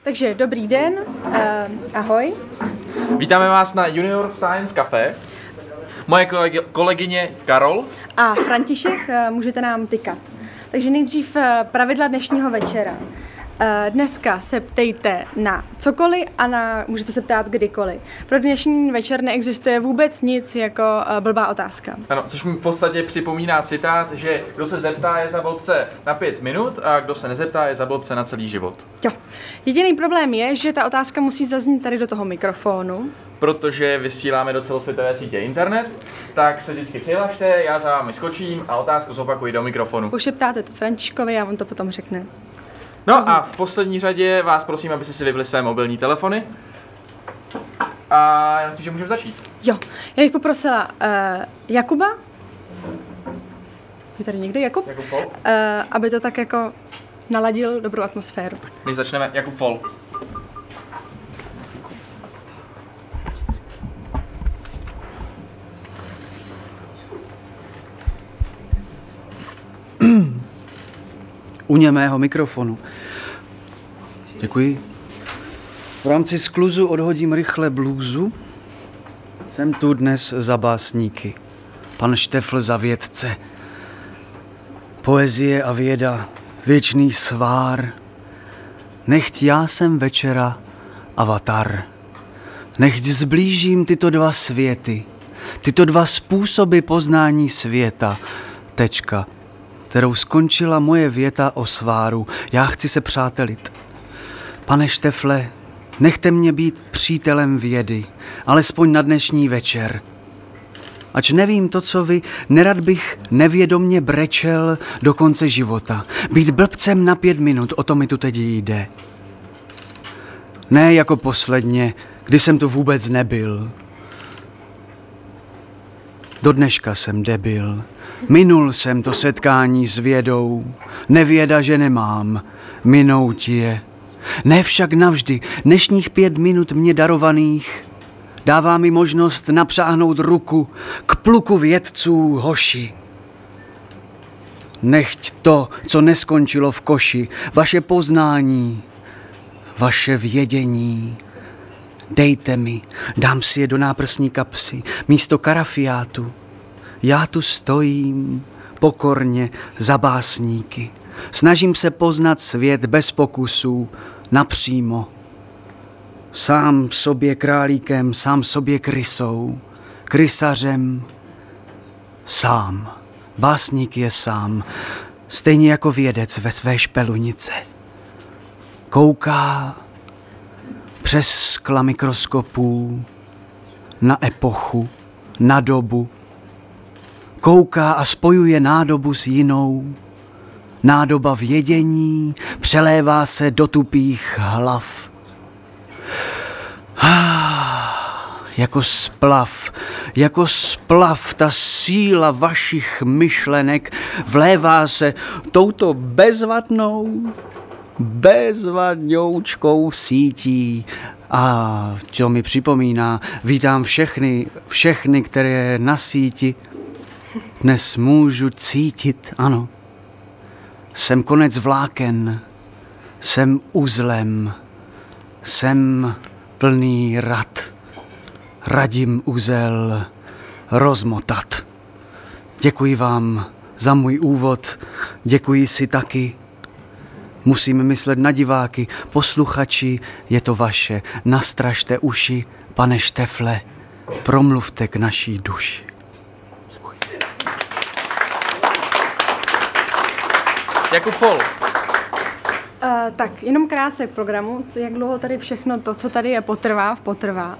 Takže dobrý den, ahoj. Vítáme vás na Junior Science Café. Moje kolegyně Karol A František, můžete nám tykat. Takže nejdřív pravidla dnešního večera. Dneska se ptejte na cokoliv a můžete se ptát kdykoliv. Pro dnešní večer neexistuje vůbec nic jako blbá otázka. Ano, což mi v podstatě připomíná citát, že kdo se zeptá je za blbce na 5 minut a kdo se nezeptá je za blbce na celý život. Jo. Jediný problém je, že ta otázka musí zaznít tady do toho mikrofonu. Protože vysíláme do celosvětové sítě internet, tak se vždycky přihlašte, já za vámi skočím a otázku zopakuji do mikrofonu. Pošeptáte to Františkovi a on to potom řekne. No a v poslední řadě vás prosím, abyste si vypli své mobilní telefony. A já myslím, že můžeme začít. Jo, já bych poprosila Jakuba. Je tady někdo? Jakub? Jakub Fol. Aby to tak jako naladil dobrou atmosféru. Než začneme, Jakub Fol. U němého mikrofonu. Děkuji. V rámci skluzu odhodím rychle blůzu. Jsem tu dnes za básníky. Pan Štefl za vědce. Poezie a věda, věčný svár. Nechť já jsem večera avatar. Nechť zblížím tyto dva světy, tyto dva způsoby poznání světa. Tečka. Kterou skončila moje věta o sváru. Já chci se přátelit. Pane Štefle, nechte mě být přítelem vědy, alespoň na dnešní večer. Ač nevím to, co vy, nerad bych nevědomně brečel do konce života. Být blbcem na 5 minut, o to mi tu teď jde. Ne jako posledně, kdy jsem tu vůbec nebyl. Do dneška jsem debil. Minul jsem to setkání s vědou. Nevěda, že nemám. Minout je. Ne však navždy. Dnešních 5 minut mě darovaných dává mi možnost napřáhnout ruku k pluku vědců hoši. Nechť to, co neskončilo v koši, vaše poznání, vaše vědění, dejte mi, dám si je do náprsní kapsy, místo karafiátu. Já tu stojím pokorně za básníky. Snažím se poznat svět bez pokusů, napřímo. Sám sobě králíkem, sám sobě krysou, krysařem, sám. Básník je sám, stejně jako vědec ve své špelunice. Kouká přes skla mikroskopů na epochu, na dobu. Kouká a spojuje nádobu s jinou. Nádoba vědění přelévá se do tupých hlav. Jako splav ta síla vašich myšlenek vlévá se touto bezvadňoučkou sítí. A čo mi připomíná, vítám všechny, které na síti dnes můžu cítit, ano. Jsem konec vláken, jsem uzlem, jsem plný rad. Radím uzel rozmotat. Děkuji vám za můj úvod, děkuji si taky. Musím myslet na diváky, posluchači, je to vaše. Nastražte uši, pane Štefle, promluvte k naší duši. Jakub Fol. Tak, jenom krátce k programu, jak dlouho tady všechno to, co tady je, potrvá.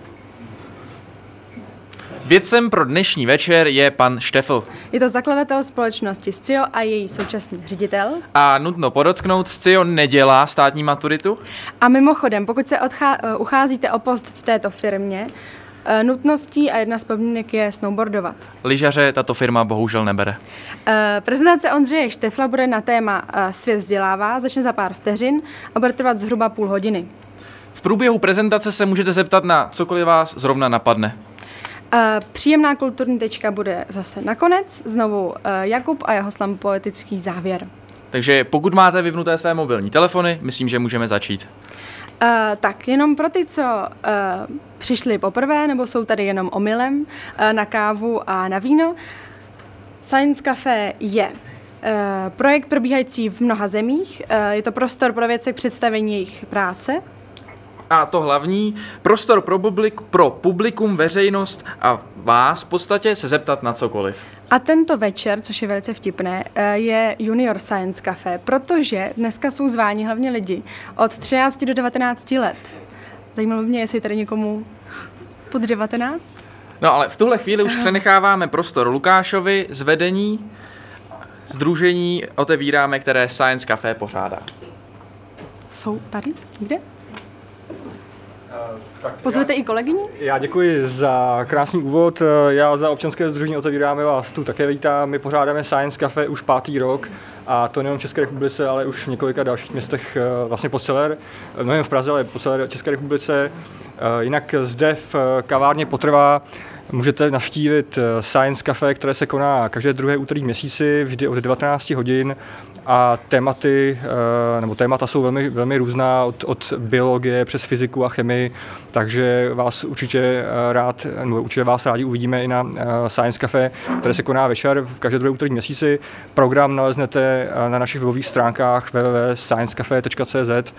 Vědcem pro dnešní večer je pan Štefl. Je to zakladatel společnosti SCIO a její současný ředitel. A nutno podotknout, SCIO nedělá státní maturitu. A mimochodem, pokud se ucházíte o post v této firmě, nutností a jedna z podmínek je snowboardovat. Lyžaře tato firma bohužel nebere. Prezentace Ondřeje Štefla bude na téma Svět vzdělává, začne za pár vteřin a bude trvat zhruba půl hodiny. V průběhu prezentace se můžete zeptat na cokoliv vás zrovna napadne. Příjemná kulturní tečka bude zase nakonec, znovu Jakub a jeho slampoetický závěr. Takže pokud máte vypnuté své mobilní telefony, myslím, že můžeme začít. Tak, jenom pro ty, co přišli poprvé, nebo jsou tady jenom omylem na kávu a na víno, Science Café je projekt probíhající v mnoha zemích. Je to prostor pro vědce k představení jejich práce. A to hlavní, prostor pro publikum, veřejnost a vás v podstatě se zeptat na cokoliv. A tento večer, což je velice vtipné, je Junior Science Café, protože dneska jsou zváni hlavně lidi od 13 do 19 let. Zajímalo mě, jestli tady někomu pod 19? No ale v tuhle chvíli už přenecháváme prostor Lukášovi z vedení sdružení Otevíráme, které Science Café pořádá. Jsou tady? Kde? Pozvěte i kolegyni? Já děkuji za krásný úvod. Já za občanské sdružení Otevíráme vás tu také vítám. My pořádáme Science Café už 5. rok a to nejen v České republice, ale už v několika dalších městech, vlastně po celé, nejen v Praze, ale po celé České republice. Jinak zde v kavárně Potrvá můžete navštívit Science Café, které se koná každé druhé úterý v měsíci, vždy od 19 hodin a témata jsou velmi, velmi různá od biologie přes fyziku a chemii, takže vás určitě vás rádi uvidíme i na Science Café, které se koná večer v každé druhé úterý v měsíci. Program naleznete na našich webových stránkách www.sciencecafe.cz.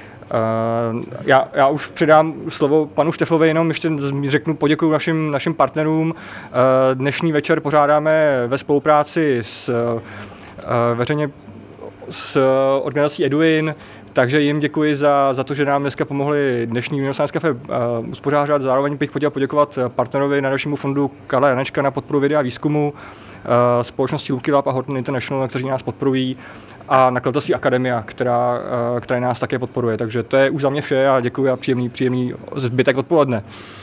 Já už předám slovo panu Šteflovi, jenom ještě řeknu, poděkuji našim partnerům. Dnešní večer pořádáme ve spolupráci s organizací Eduin, takže jim děkuji za to, že nám dneska pomohli dnešní Junior Science Café uspořádat. Zároveň bych chtěl poděkovat partnerovi nadačnímu fondu Karla Janečka na podporu vědy a výzkumu, společnosti Lucky Lab a Horton International, kteří nás podporují, a nakladatelství Akademia, která nás také podporuje. Takže to je už za mě vše a děkuji a příjemný zbytek odpoledne.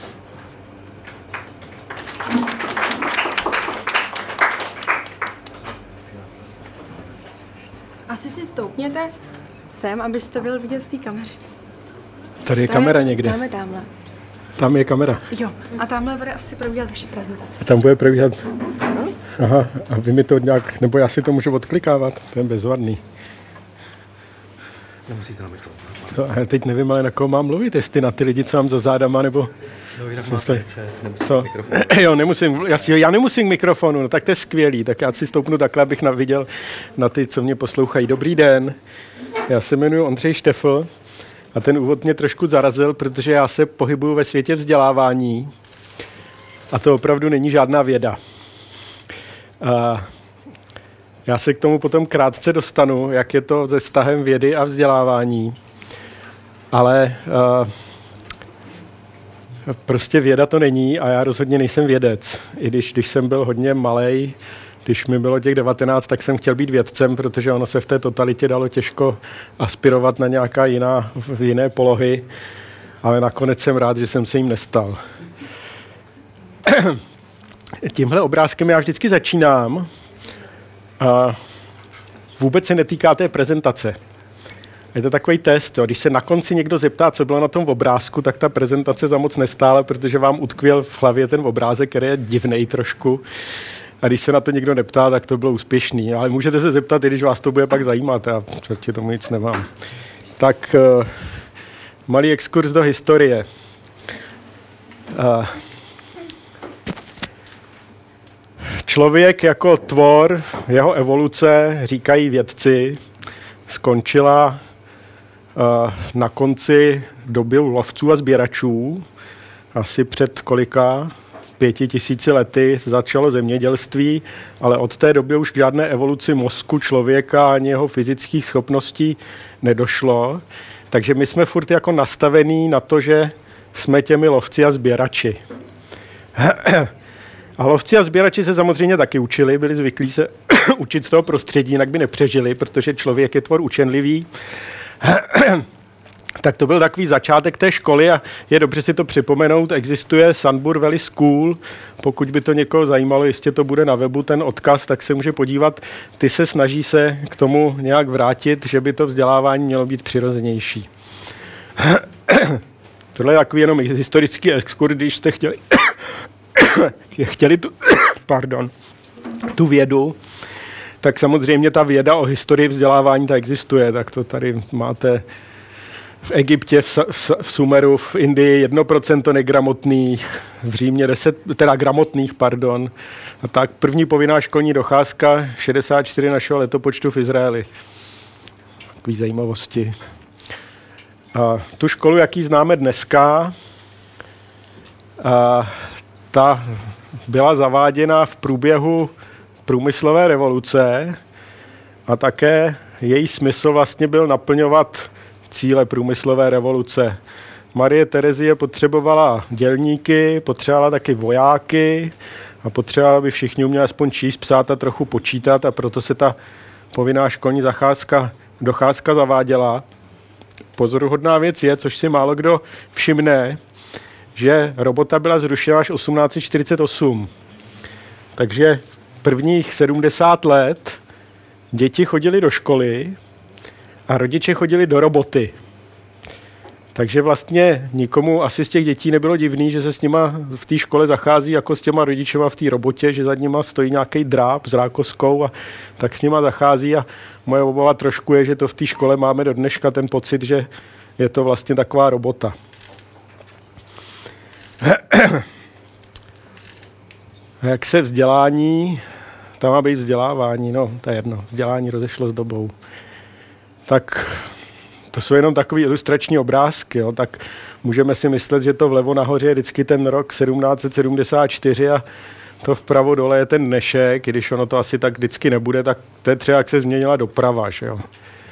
Asi si stoupněte sem, abyste byl vidět v té kameře. Tady je kamera někde. Máme tamhle. Tam je kamera. Jo, a tamhle bude asi probíhat vaše prezentace. A tam bude probíhat. Aha, a vy mi to nějak, nebo já si to můžu odklikávat, to je bezvadný. Nemusíte na mikrofon. Já teď nevím, ale na koho mám mluvit, jestli na ty lidi, co mám za zádama, nebo... No, jinak máte nemusíte mikrofon. Jo, nemusím, já nemusím k mikrofonu, no tak to je skvělý, tak já si stoupnu takhle, abych viděl na ty, co mě poslouchají. Dobrý den, já se jmenuji Ondřej Štefl a ten úvod mě trošku zarazil, protože já se pohybuju ve světě vzdělávání a to opravdu není žádná věda. Já se k tomu potom krátce dostanu, jak je to se vztahem vědy a vzdělávání. Ale prostě věda to není a já rozhodně nejsem vědec. I když jsem byl hodně malej, když mi bylo těch 19, tak jsem chtěl být vědcem, protože ono se v té totalitě dalo těžko aspirovat na nějaká jiné polohy, ale nakonec jsem rád, že jsem se jim nestal. Tímhle obrázkem já vždycky začínám. Vůbec se netýká té prezentace. Je to takový test, jo. Když se na konci někdo zeptá, co bylo na tom obrázku, tak ta prezentace za moc nestála, protože vám utkvěl v hlavě ten obrázek, který je divnej trošku. A když se na to někdo neptá, tak to bylo úspěšný. Ale můžete se zeptat, i když vás to bude pak zajímat. Já proti tomu nic nemám. Tak malý exkurs do historie. Člověk jako tvor, jeho evoluce, říkají vědci, skončila na konci doby lovců a sběračů. Asi před 5000 lety začalo zemědělství, ale od té doby už k žádné evoluci mozku člověka ani jeho fyzických schopností nedošlo. Takže my jsme furt jako nastavení na to, že jsme těmi lovci a sběrači. A lovci a sběrači se samozřejmě taky učili, byli zvyklí se učit z toho prostředí, jinak by nepřežili, protože člověk je tvor učenlivý. Tak to byl takový začátek té školy a je dobře si to připomenout. Existuje Sunbury Valley School, pokud by to někoho zajímalo, jistě to bude na webu ten odkaz, tak se může podívat. Ty se snaží se k tomu nějak vrátit, že by to vzdělávání mělo být přirozenější. Tohle je takový jenom historický exkurs, když jste chtěli tu vědu, tak samozřejmě ta věda o historii vzdělávání ta existuje, tak to tady máte v Egyptě, v Sumeru, v Indii 1% negramotných, v Římě gramotných, pardon. A tak první povinná školní docházka 64 našeho letopočtu v Izraeli. Takový zajímavosti. A tu školu, jaký známe dneska, ta byla zaváděna v průběhu průmyslové revoluce a také její smysl vlastně byl naplňovat cíle průmyslové revoluce. Marie Terezie potřebovala dělníky, potřebovala taky vojáky a potřebovala, aby všichni uměli aspoň číst, psát a trochu počítat, a proto se ta povinná školní docházka zaváděla. Pozoruhodná věc je, což si málo kdo všimne, že robota byla zrušena až 1848. Takže prvních 70 let děti chodili do školy a rodiče chodili do roboty. Takže vlastně nikomu asi z těch dětí nebylo divný, že se s nima v té škole zachází jako s těma rodičema v té robotě, že za nima stojí nějaký dráb s rákoskou a tak s nima zachází. A moje obava trošku je, že to v té škole máme do dneška ten pocit, že je to vlastně taková robota. Jak se vzdělání, tam má být vzdělávání, no to je jedno, vzdělání rozešlo s dobou. Tak to jsou jenom takový ilustrační obrázky, jo. Tak můžeme si myslet, že to vlevo nahoře je vždycky ten rok 1774 a to vpravo dole je ten dnešek, když ono to asi tak vždycky nebude, tak to je třeba, jak se změnila doprava, že jo.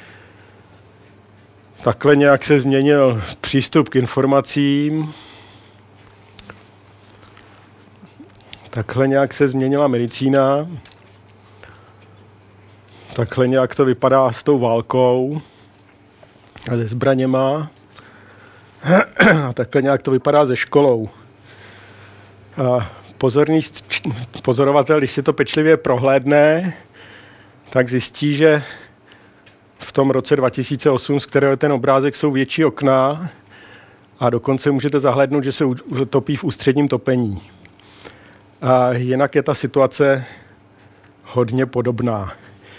Takhle nějak se změnil přístup k informacím, takhle nějak se změnila medicína, takhle nějak to vypadá s tou válkou a se zbraněma a takhle nějak to vypadá se školou. A pozorný pozorovatel, když si to pečlivě prohlédne, tak zjistí, že v tom roce 2008, z kterého je ten obrázek, jsou větší okna a dokonce můžete zahlédnout, že se topí v ústředním topení. A jinak je ta situace hodně podobná.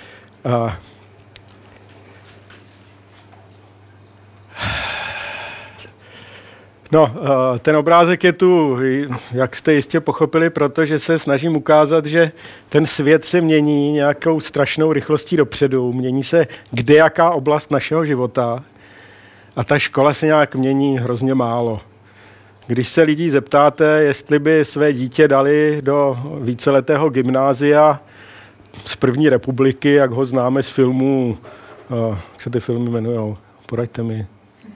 Ten obrázek je tu, jak jste jistě pochopili, protože se snažím ukázat, že ten svět se mění nějakou strašnou rychlostí dopředu, mění se kdejaká oblast našeho života a ta škola se nějak mění hrozně málo. Když se lidí zeptáte, jestli by své dítě dali do víceletého gymnázia z první republiky, jak ho známe z filmů, jak se ty filmy jmenujou, poraďte mi.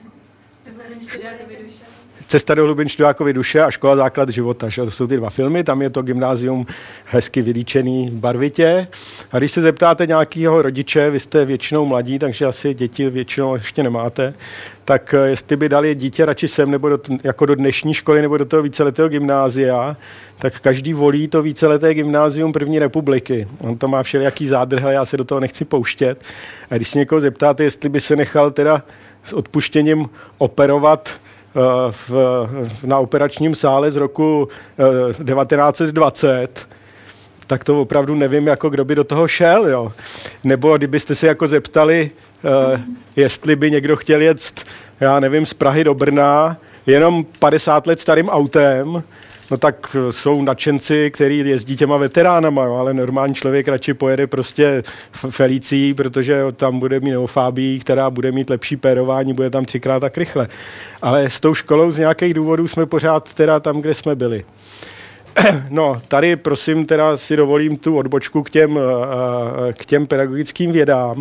Cesta do hlubin Študákovy duše a Škola základ života. Že? To jsou ty dva filmy, tam je to gymnázium hezky vylíčený barvitě. A když se zeptáte nějakého rodiče, vy jste většinou mladí, takže asi děti většinou ještě nemáte, tak jestli by dali dítě radši sem, nebo jako do dnešní školy, nebo do toho víceletého gymnázia, tak každý volí to víceleté gymnázium první republiky. On to má všelijaký zádrhel, já se do toho nechci pouštět. A když se někoho zeptáte, jestli by se nechal teda s odpuštěním operovat na operačním sále z roku 1920, tak to opravdu nevím, jako kdo by do toho šel. Jo. Nebo kdybyste se jako zeptali, jestli by někdo chtěl jet, já nevím, z Prahy do Brna jenom 50 let starým autem, no tak jsou nadšenci, který jezdí těma veteránama, jo, ale normální člověk radši pojede prostě Felicií, protože tam bude mít neofábí, která bude mít lepší pérování, bude tam 3krát tak rychle. Ale s tou školou z nějakých důvodů jsme pořád teda tam, kde jsme byli. No, tady prosím teda si dovolím tu odbočku k těm pedagogickým vědám.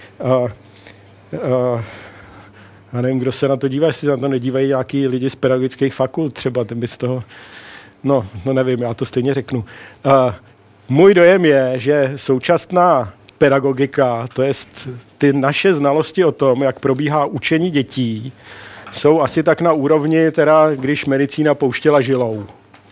Já nevím, kdo se na to dívá, jestli se na to nedívají nějaký lidi z pedagogických fakult třeba, ten by z toho... No nevím, já to stejně řeknu. Můj dojem je, že současná pedagogika, to jest ty naše znalosti o tom, jak probíhá učení dětí, jsou asi tak na úrovni, teda, když medicína pouštěla žilou.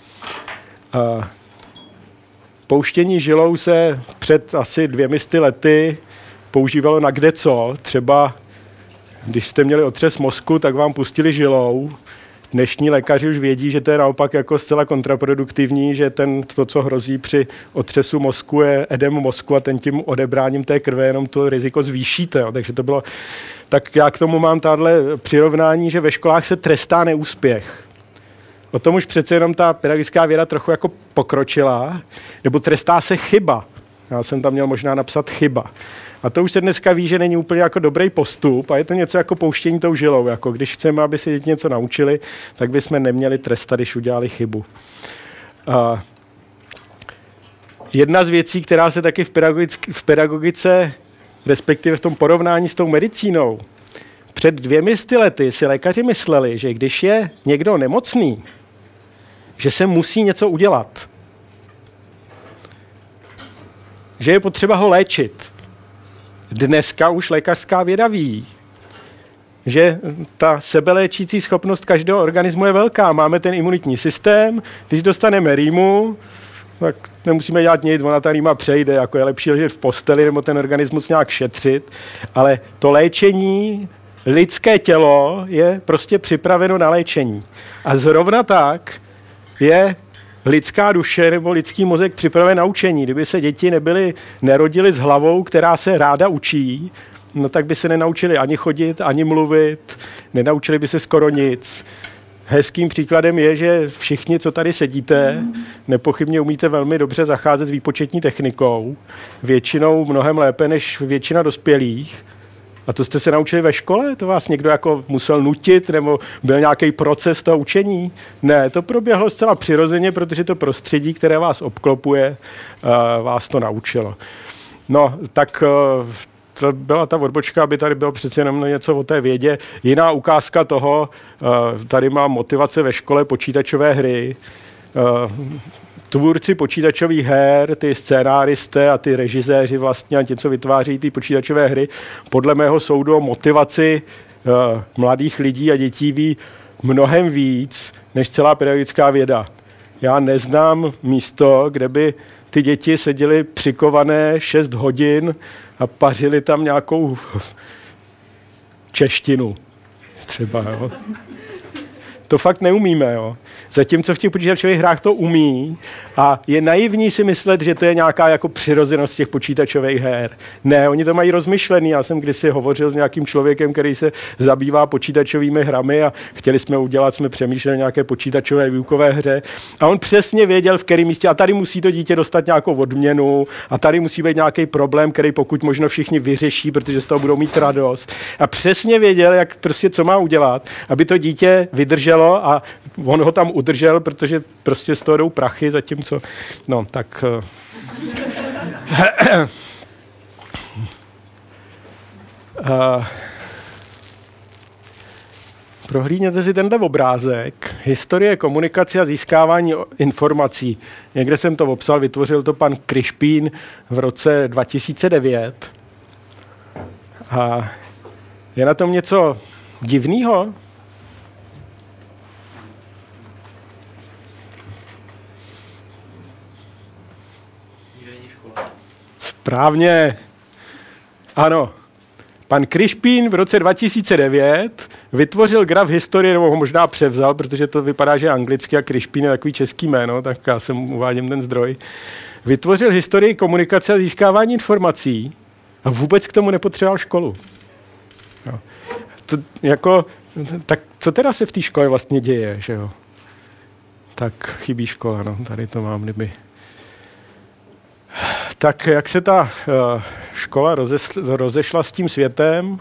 Pouštění žilou se před asi 200 lety používalo na kdeco. Třeba když jste měli otřes mozku, tak vám pustili žilou. dnešní lékaři už vědí, že to je naopak jako zcela kontraproduktivní, že to, co hrozí při otřesu mozku, je edem mozku a ten tím odebráním té krve jenom to riziko zvýšíte. Jo. Takže to bylo... Tak já k tomu mám tahle přirovnání, že ve školách se trestá neúspěch. O tom už přece jenom ta pedagogická věda trochu jako pokročila, nebo trestá se chyba. Já jsem tam měl možná napsat chyba. A to už se dneska ví, že není úplně jako dobrý postup a je to něco jako pouštění tou žilou. Jako když chceme, aby si děti něco naučili, tak bychom neměli trestat, když udělali chybu. Jedna z věcí, která se taky v respektive v tom porovnání s tou medicínou, před 200 lety si lékaři mysleli, že když je někdo nemocný, že se musí něco udělat. Že je potřeba ho léčit. Dneska už lékařská věda ví, že ta sebeléčící schopnost každého organismu je velká. Máme ten imunitní systém, když dostaneme rýmu, tak nemusíme dělat nic, ona ta rýma přejde, jako je lepší ležet v posteli nebo ten organismus nějak šetřit, ale to léčení, lidské tělo je prostě připraveno na léčení. A zrovna tak je lidská duše nebo lidský mozek připraven na učení. Kdyby se děti nerodily s hlavou, která se ráda učí, no tak by se nenaučili ani chodit, ani mluvit, nenaučili by se skoro nic. Hezkým příkladem je, že všichni, co tady sedíte, nepochybně umíte velmi dobře zacházet s výpočetní technikou, většinou mnohem lépe než většina dospělých. A to jste se naučili ve škole? To vás někdo jako musel nutit, nebo byl nějaký proces toho učení? Ne, to proběhlo zcela přirozeně, protože to prostředí, které vás obklopuje, vás to naučilo. No, tak to byla ta odbočka, aby tady bylo přece jenom něco o té vědě. Jiná ukázka toho, tady mám motivace ve škole počítačové hry. Tvůrci počítačových her, ty scénáristé a ty režiséři vlastně a ti, co vytváří ty počítačové hry, podle mého soudu o motivaci mladých lidí a dětí ví mnohem víc než celá pedagogická věda. Já neznám místo, kde by ty děti seděly přikované 6 hodin a pařili tam nějakou češtinu třeba, jo. To fakt neumíme, jo. Zatímco v těch počítačových hrách to umí a je naivní si myslet, že to je nějaká jako přirozenost těch počítačových her. Ne, oni to mají rozmyšlený. Já jsem kdysi hovořil s nějakým člověkem, který se zabývá počítačovými hrami a jsme přemýšleli o nějaké počítačové výukové hře a on přesně věděl, v kterém místě a tady musí to dítě dostat nějakou odměnu a tady musí být nějaký problém, který pokud možno všichni vyřeší, protože z toho budou mít radost. A přesně věděl, jak prostě co má udělat, aby to dítě vydrželo a on ho tam udržel, protože prostě z toho jdou prachy, zatímco, no, tak... Prohlídněte si tenhle obrázek. Historie komunikace a získávání informací. Někde jsem to opsal, vytvořil to pan Krišpín v roce 2009. A je na tom něco divného? Správně. Ano. Pan Krišpín v roce 2009 vytvořil graf historie, nebo ho možná převzal, protože to vypadá, že je anglicky a Krišpín je takový český jméno, tak já jsem uvádím ten zdroj. Vytvořil historii komunikace a získávání informací a vůbec k tomu nepotřeboval školu. No. To, jako, tak co teda se v té škole vlastně děje, že jo? Tak chybí škola, no, tady to mám, kdyby... Tak jak se ta škola rozešla s tím světem?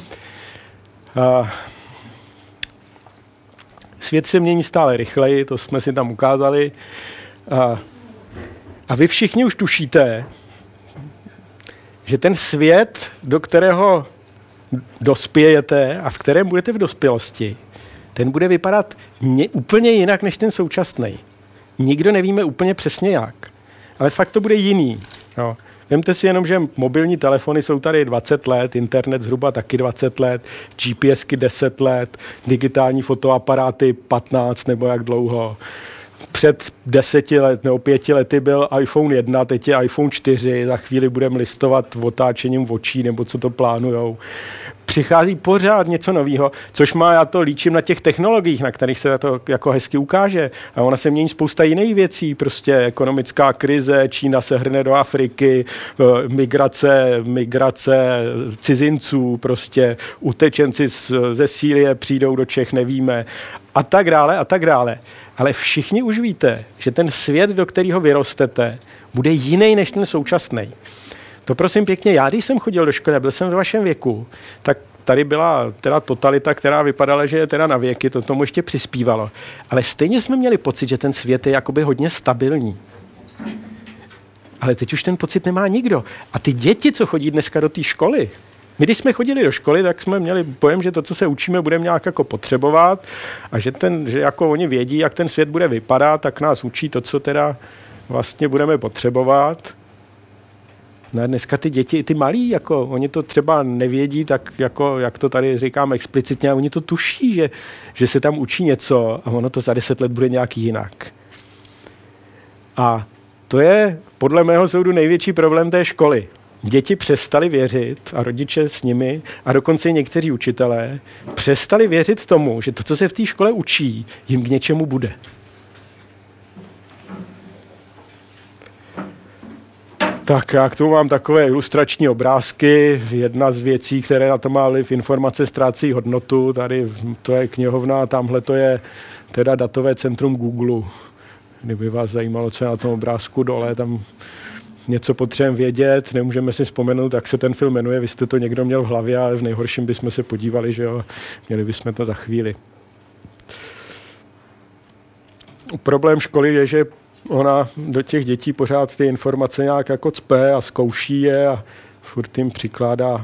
Svět se mění stále rychleji, to jsme si tam ukázali. A vy všichni už tušíte, že ten svět, do kterého dospějete a v kterém budete v dospělosti, ten bude vypadat úplně jinak než ten současný. Nikdo nevíme úplně přesně jak. Ale fakt to bude jiný. No. Vemte si jenom, že mobilní telefony jsou tady 20 let, internet zhruba taky 20 let, GPSky 10 let, digitální fotoaparáty 15 nebo jak dlouho. Před 10 let nebo 5 lety byl iPhone 1, teď je iPhone 4, za chvíli budeme listovat otáčením očí nebo co to plánujou. přichází pořád něco nového, což má, já to líčím na těch technologiích, na kterých se to jako hezky ukáže. A ona se mění spousta jiných věcí, prostě ekonomická krize, Čína se hrne do Afriky, migrace cizinců, prostě utečenci ze Sýrie přijdou do Čech, nevíme. A tak dále, a tak dále. Ale všichni už víte, že ten svět, do kterého vyrostete, bude jiný než ten současný. To prosím pěkně, já když jsem chodil do školy, byl jsem v vašem věku, tak tady byla teda totalita, která vypadala, že je teda na věky, to tomu ještě přispívalo. Ale stejně jsme měli pocit, že ten svět je jakoby hodně stabilní. Ale teď už ten pocit nemá nikdo. A ty děti, co chodí dneska do té školy, my, když jsme chodili do školy, tak jsme měli pojem, že to, co se učíme, budeme nějak jako potřebovat a že jako oni vědí, jak ten svět bude vypadat, tak nás učí to, co teda vlastně budeme potřebovat. No a dneska ty děti, ty malí, jako, oni to třeba nevědí, tak jako, jak to tady říkám explicitně, oni to tuší, že se tam učí něco a ono to za 10 let bude nějak jinak. A to je podle mého soudu největší problém té školy. Děti přestali věřit a rodiče s nimi a dokonce i někteří učitelé přestali věřit tomu, že to, co se v té škole učí, jim k něčemu bude. Tak já k tomu mám takové ilustrační obrázky. Jedna z věcí, které na to má vliv, informace ztrácí hodnotu. Tady to je knihovna, tamhle to je teda datové centrum Google. Kdyby vás zajímalo, co je na tom obrázku dole, tam něco potřebujeme vědět, nemůžeme si vzpomenout, jak se ten film jmenuje, vy jste to někdo měl v hlavě, ale v nejhorším bychom se podívali, že jo, měli bychom to za chvíli. Problém školy je, že ona do těch dětí pořád ty informace nějak jako cpe a zkouší je a furt jim přikládá.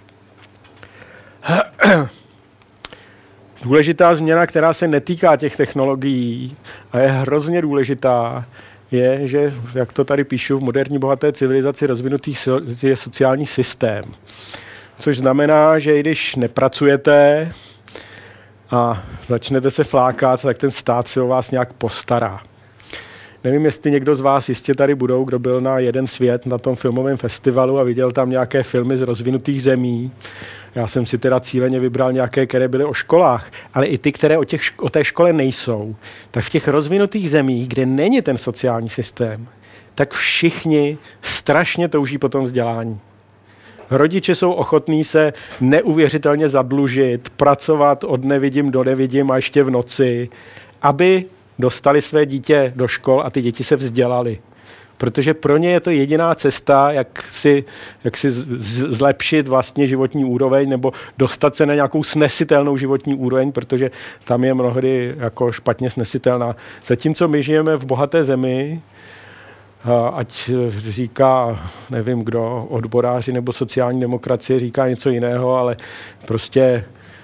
Důležitá změna, která se netýká těch technologií a je hrozně důležitá, je, že, jak to tady píšu, v moderní bohaté civilizaci rozvinutý je sociální systém. Což znamená, že i když nepracujete a začnete se flákat, tak ten stát se o vás nějak postará. Nevím, jestli někdo z vás jistě tady budou, kdo byl na Jeden svět na tom filmovém festivalu a viděl tam nějaké filmy z rozvinutých zemí. Já jsem si teda cíleně vybral nějaké, které byly o školách, ale i ty, které o té škole nejsou. Tak v těch rozvinutých zemích, kde není ten sociální systém, tak všichni strašně touží po tom vzdělání. Rodiče jsou ochotní se neuvěřitelně zadlužit, pracovat od nevidím do nevidím a ještě v noci, aby dostali své dítě do škol a ty děti se vzdělaly. Protože pro ně je to jediná cesta, jak si zlepšit vlastně životní úroveň nebo dostat se na nějakou snesitelnou životní úroveň, protože tam je mnohdy jako špatně snesitelná. Zatímco my žijeme v bohaté zemi, ať říká, nevím kdo, odboráři nebo sociální demokracie říká něco jiného, ale prostě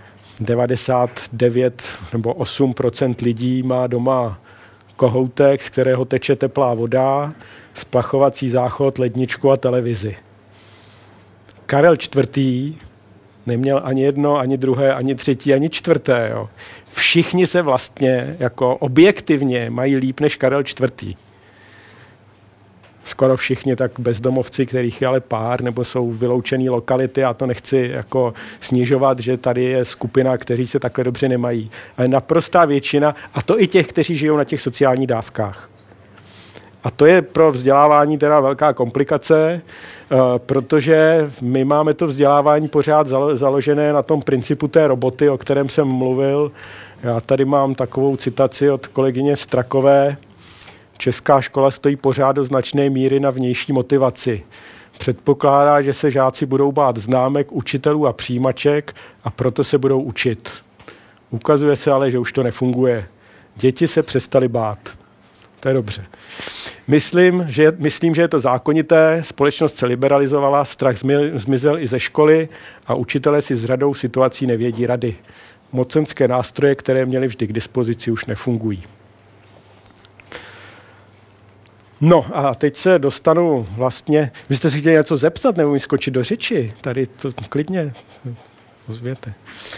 99 nebo 8% lidí má doma kohoutek, z kterého teče teplá voda, splachovací záchod, ledničku a televizi. Karel IV. Neměl ani jedno, ani druhé, ani třetí, ani čtvrté. Jo. Všichni se vlastně jako objektivně mají líp než Karel IV. Skoro všichni, tak bezdomovci, kterých je ale pár, nebo jsou vyloučené lokality, a to nechci jako snižovat, že tady je skupina, kteří se takhle dobře nemají. Ale naprostá většina, a to i těch, kteří žijou na těch sociálních dávkách. A to je pro vzdělávání teda velká komplikace, protože my máme to vzdělávání pořád založené na tom principu té roboty, o kterém jsem mluvil. Já tady mám takovou citaci od kolegyně Strakové. Česká škola stojí pořád do značné míry na vnější motivaci. Předpokládá, že se žáci budou bát známek, učitelů a přijímaček a proto se budou učit. Ukazuje se ale, že už to nefunguje. Děti se přestaly bát. To je dobře. Myslím, že je to zákonité, společnost se liberalizovala, strach zmizel i ze školy a učitelé si s řadou situací nevědí rady. Mocenské nástroje, které měli vždy k dispozici, už nefungují. No a teď se dostanu vlastně, vy jste si chtěli něco zeptat nebo mi skočit do řeči, tady to klidně ozvěte.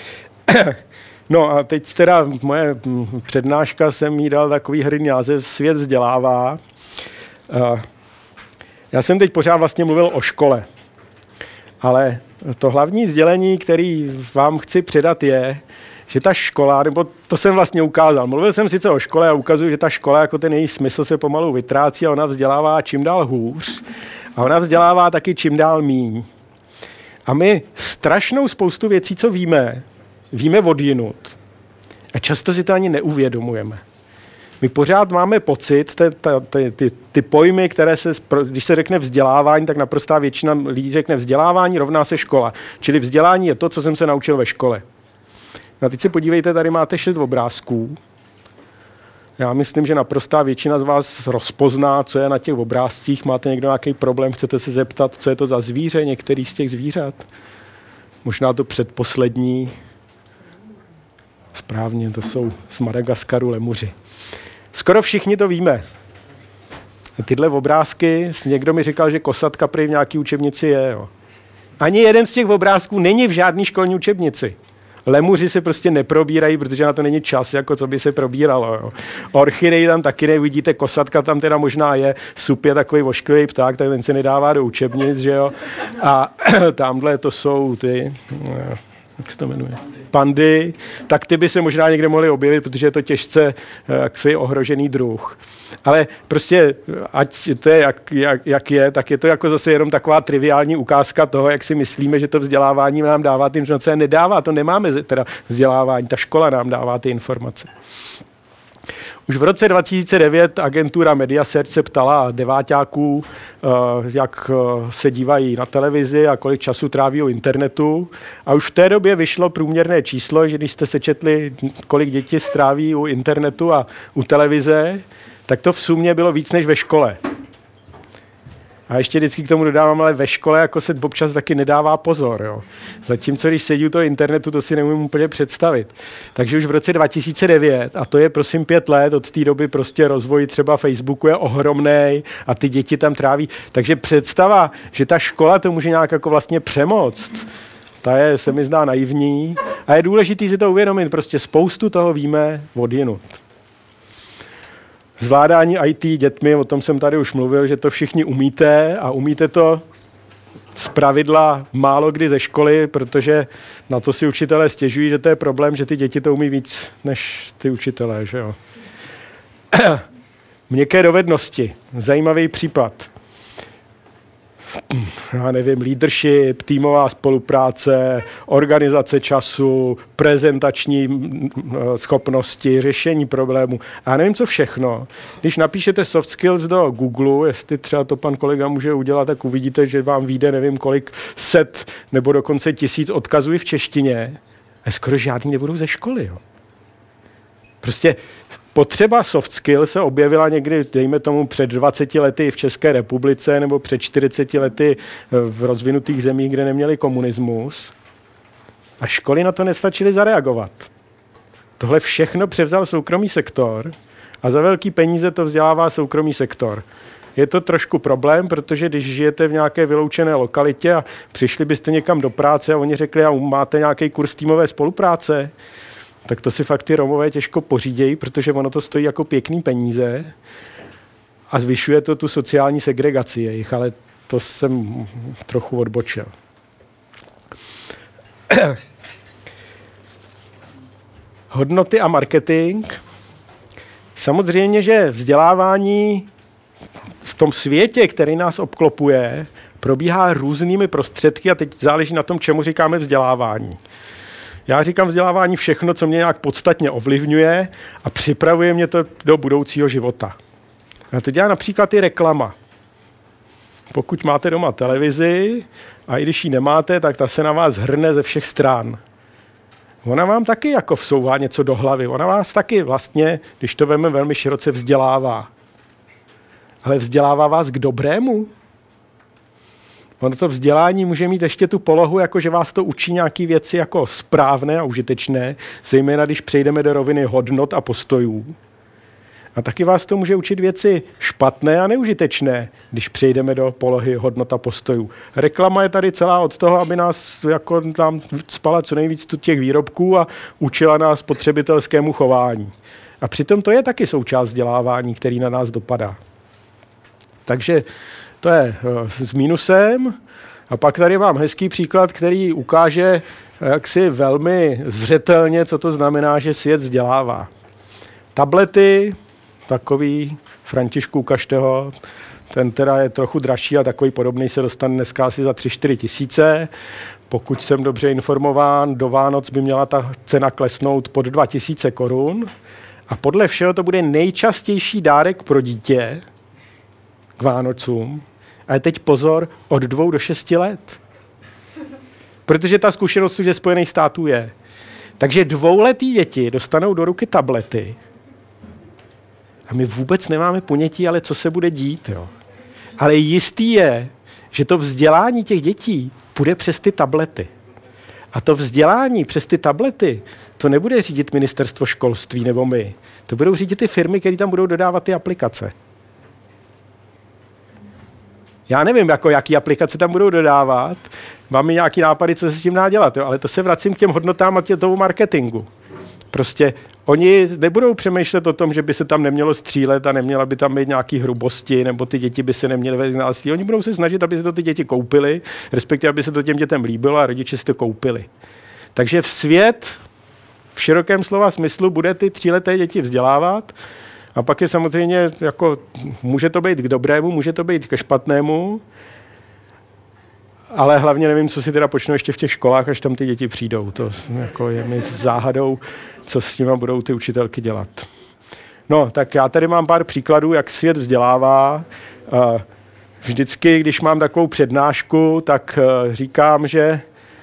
No a teď teda moje přednáška jsem jí dal takový hrdý název Svět vzdělává. Já jsem teď pořád vlastně mluvil o škole, ale to hlavní sdělení, který vám chci předat je, že ta škola, nebo to jsem vlastně ukázal. Mluvil jsem sice o škole a ukazuju, že ta škola, jako ten její smysl se pomalu vytrácí a ona vzdělává čím dál hůř. A ona vzdělává taky čím dál míň. A my strašnou spoustu věcí, co víme odjinud. A často si to ani neuvědomujeme. My pořád máme pocit, ty pojmy, které když se řekne vzdělávání, tak naprostá většina lidí řekne vzdělávání rovná se škola. Čili vzdělání je to, co jsem se naučil ve škole. A teď se podívejte, tady máte 6 obrázků. Já myslím, že naprostá většina z vás rozpozná, co je na těch obrázcích. Máte někdo nějaký problém, chcete se zeptat, co je to za zvíře, některý z těch zvířat? Možná to předposlední. Správně, to jsou z Madagaskaru lemuři. Skoro všichni to víme. Tyhle obrázky, někdo mi říkal, že kosatka prý v nějaký učebnici je. Jo. Ani jeden z těch obrázků není v žádný školní učebnici. Lemuři se prostě neprobírají, protože na to není čas, jako co by se probíralo. Jo. Orchidej tam taky nevidíte, kosatka tam teda možná je, sup je takový vošklivý pták, tak ten se nedává do učebnic, že jo. A tamhle to jsou ty, jak se to jmenuje? Pandy, tak ty by se možná někde mohly objevit, protože je to těžce jaksi ohrožený druh. Ale prostě, ať to je jak je, tak je to jako zase jenom taková triviální ukázka toho, jak si myslíme, že to vzdělávání nám dává ty informace. Nedává, to nemáme teda vzdělávání, ta škola nám dává ty informace. Už v roce 2009 agentura Mediasearch se ptala deváťáků, jak se dívají na televizi a kolik času tráví u internetu. A už v té době vyšlo průměrné číslo, že když jste sečetli, kolik děti stráví u internetu a u televize, tak to v sumě bylo víc než ve škole. A ještě vždycky k tomu dodávám, ale ve škole jako se občas taky nedává pozor. Jo. Zatímco když sedí u toho internetu, to si nemůžu úplně představit. Takže už v roce 2009, a to je prosím 5 let, od té doby prostě rozvoj třeba Facebooku je ohromnej a ty děti tam tráví. Takže představa, že ta škola to může nějak jako vlastně přemoct, ta je, se mi zdá naivní a je důležité si to uvědomit. Prostě spoustu toho víme odjinud. Zvládání IT dětmi, o tom jsem tady už mluvil, že to všichni umíte a umíte to zpravidla málo kdy ze školy, protože na to si učitelé stěžují, že to je problém, že ty děti to umí víc než ty učitelé. Že jo? Měkké dovednosti, zajímavý případ. Já nevím, leadership, týmová spolupráce, organizace času, prezentační schopnosti, řešení problémů. Já nevím, co všechno. Když napíšete soft skills do Google, jestli třeba to pan kolega může udělat, tak uvidíte, že vám vyjde nevím kolik set nebo dokonce 1000 odkazů v češtině. A skoro žádný nebudou ze školy. Jo. Prostě potřeba soft skill se objevila někdy, dejme tomu, před 20 lety v České republice nebo před 40 lety v rozvinutých zemích, kde neměli komunismus. A školy na to nestačily zareagovat. Tohle všechno převzal soukromý sektor a za velký peníze to vzdělává soukromý sektor. Je to trošku problém, protože když žijete v nějaké vyloučené lokalitě a přišli byste někam do práce a oni řekli, a máte nějaký kurz týmové spolupráce, tak to si fakt ty Romové těžko pořídějí, protože ono to stojí jako pěkný peníze a zvyšuje to tu sociální segregaci jejich, ale to jsem trochu odbočil. Hodnoty a marketing. Samozřejmě, že vzdělávání v tom světě, který nás obklopuje, probíhá různými prostředky a teď záleží na tom, čemu říkáme vzdělávání. Já říkám vzdělávání všechno, co mě nějak podstatně ovlivňuje a připravuje mě to do budoucího života. A to dělá například i reklama. Pokud máte doma televizi a i když ji nemáte, tak ta se na vás hrne ze všech stran. Ona vám taky jako vsouvá něco do hlavy. Ona vás taky vlastně, když to veme velmi široce, vzdělává. Ale vzdělává vás k dobrému? Ono to vzdělání může mít ještě tu polohu, jako že vás to učí nějaké věci jako správné a užitečné, zejména když přejdeme do roviny hodnot a postojů. A taky vás to může učit věci špatné a neužitečné, když přejdeme do polohy hodnot a postojů. Reklama je tady celá od toho, aby nás jako nám spala co nejvíc těch výrobků a učila nás spotřebitelskému chování. A přitom to je taky součást vzdělávání, který na nás dopadá. Takže to je s mínusem. A pak tady mám hezký příklad, který ukáže jaksi velmi zřetelně, co to znamená, že svět vzdělává. Tablety, takový, Františku, ukažte ho, ten teda je trochu dražší a takový podobný se dostane dneska asi za 3-4 tisíce. Pokud jsem dobře informován, do Vánoc by měla ta cena klesnout pod 2000 korun. A podle všeho to bude nejčastější dárek pro dítě k Vánocům. Ale teď pozor, od 2 do 6 let. Protože ta zkušenost už ze Spojených států je. Takže 2letý děti dostanou do ruky tablety. A my vůbec nemáme ponětí, ale co se bude dít. Jo. Ale jistý je, že to vzdělání těch dětí půjde přes ty tablety. A to vzdělání přes ty tablety, to nebude řídit ministerstvo školství nebo my. To budou řídit ty firmy, které tam budou dodávat ty aplikace. Já nevím, jaký aplikace tam budou dodávat. Máme nějaký nápady, co se s tím dá dělat, jo? Ale to se vracím k těm hodnotám a tomu marketingu. Prostě oni nebudou přemýšlet o tom, že by se tam nemělo střílet a neměla by tam být nějaký hrubosti, nebo ty děti by se neměly vést násilí. Oni budou se snažit, aby se to ty děti koupily, respektive aby se to těm dětem líbilo a rodiče si to koupili. Takže svět v širokém slova smyslu bude ty 3leté děti vzdělávat a pak je samozřejmě, jako, může to být k dobrému, může to být ke špatnému, ale hlavně nevím, co si teda počnou ještě v těch školách, až tam ty děti přijdou. To jako je mi záhadou, co s nimi budou ty učitelky dělat. No, tak já tady mám pár příkladů, jak svět vzdělává. Vždycky, když mám takovou přednášku, tak říkám, že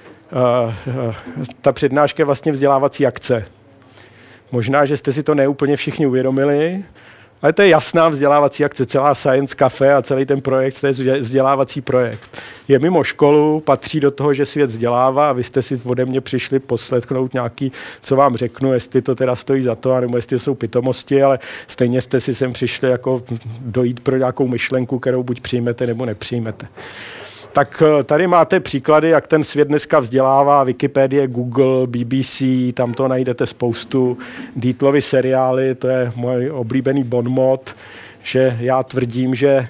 ta přednáška je vlastně vzdělávací akce. Možná, že jste si to neúplně všichni uvědomili, ale to je jasná vzdělávací akce. Celá Science Cafe a celý ten projekt, to je vzdělávací projekt. Je mimo školu, patří do toho, že svět vzdělává a vy jste si ode mě přišli poslechnout nějaký, co vám řeknu, jestli to teda stojí za to, nebo jestli to jsou pitomosti, ale stejně jste si sem přišli jako dojít pro nějakou myšlenku, kterou buď přijmete, nebo nepřijmete. Tak tady máte příklady, jak ten svět dneska vzdělává. Wikipedie, Google, BBC, tam to najdete spoustu. Dietlovy seriály, to je můj oblíbený bonmot, že já tvrdím, že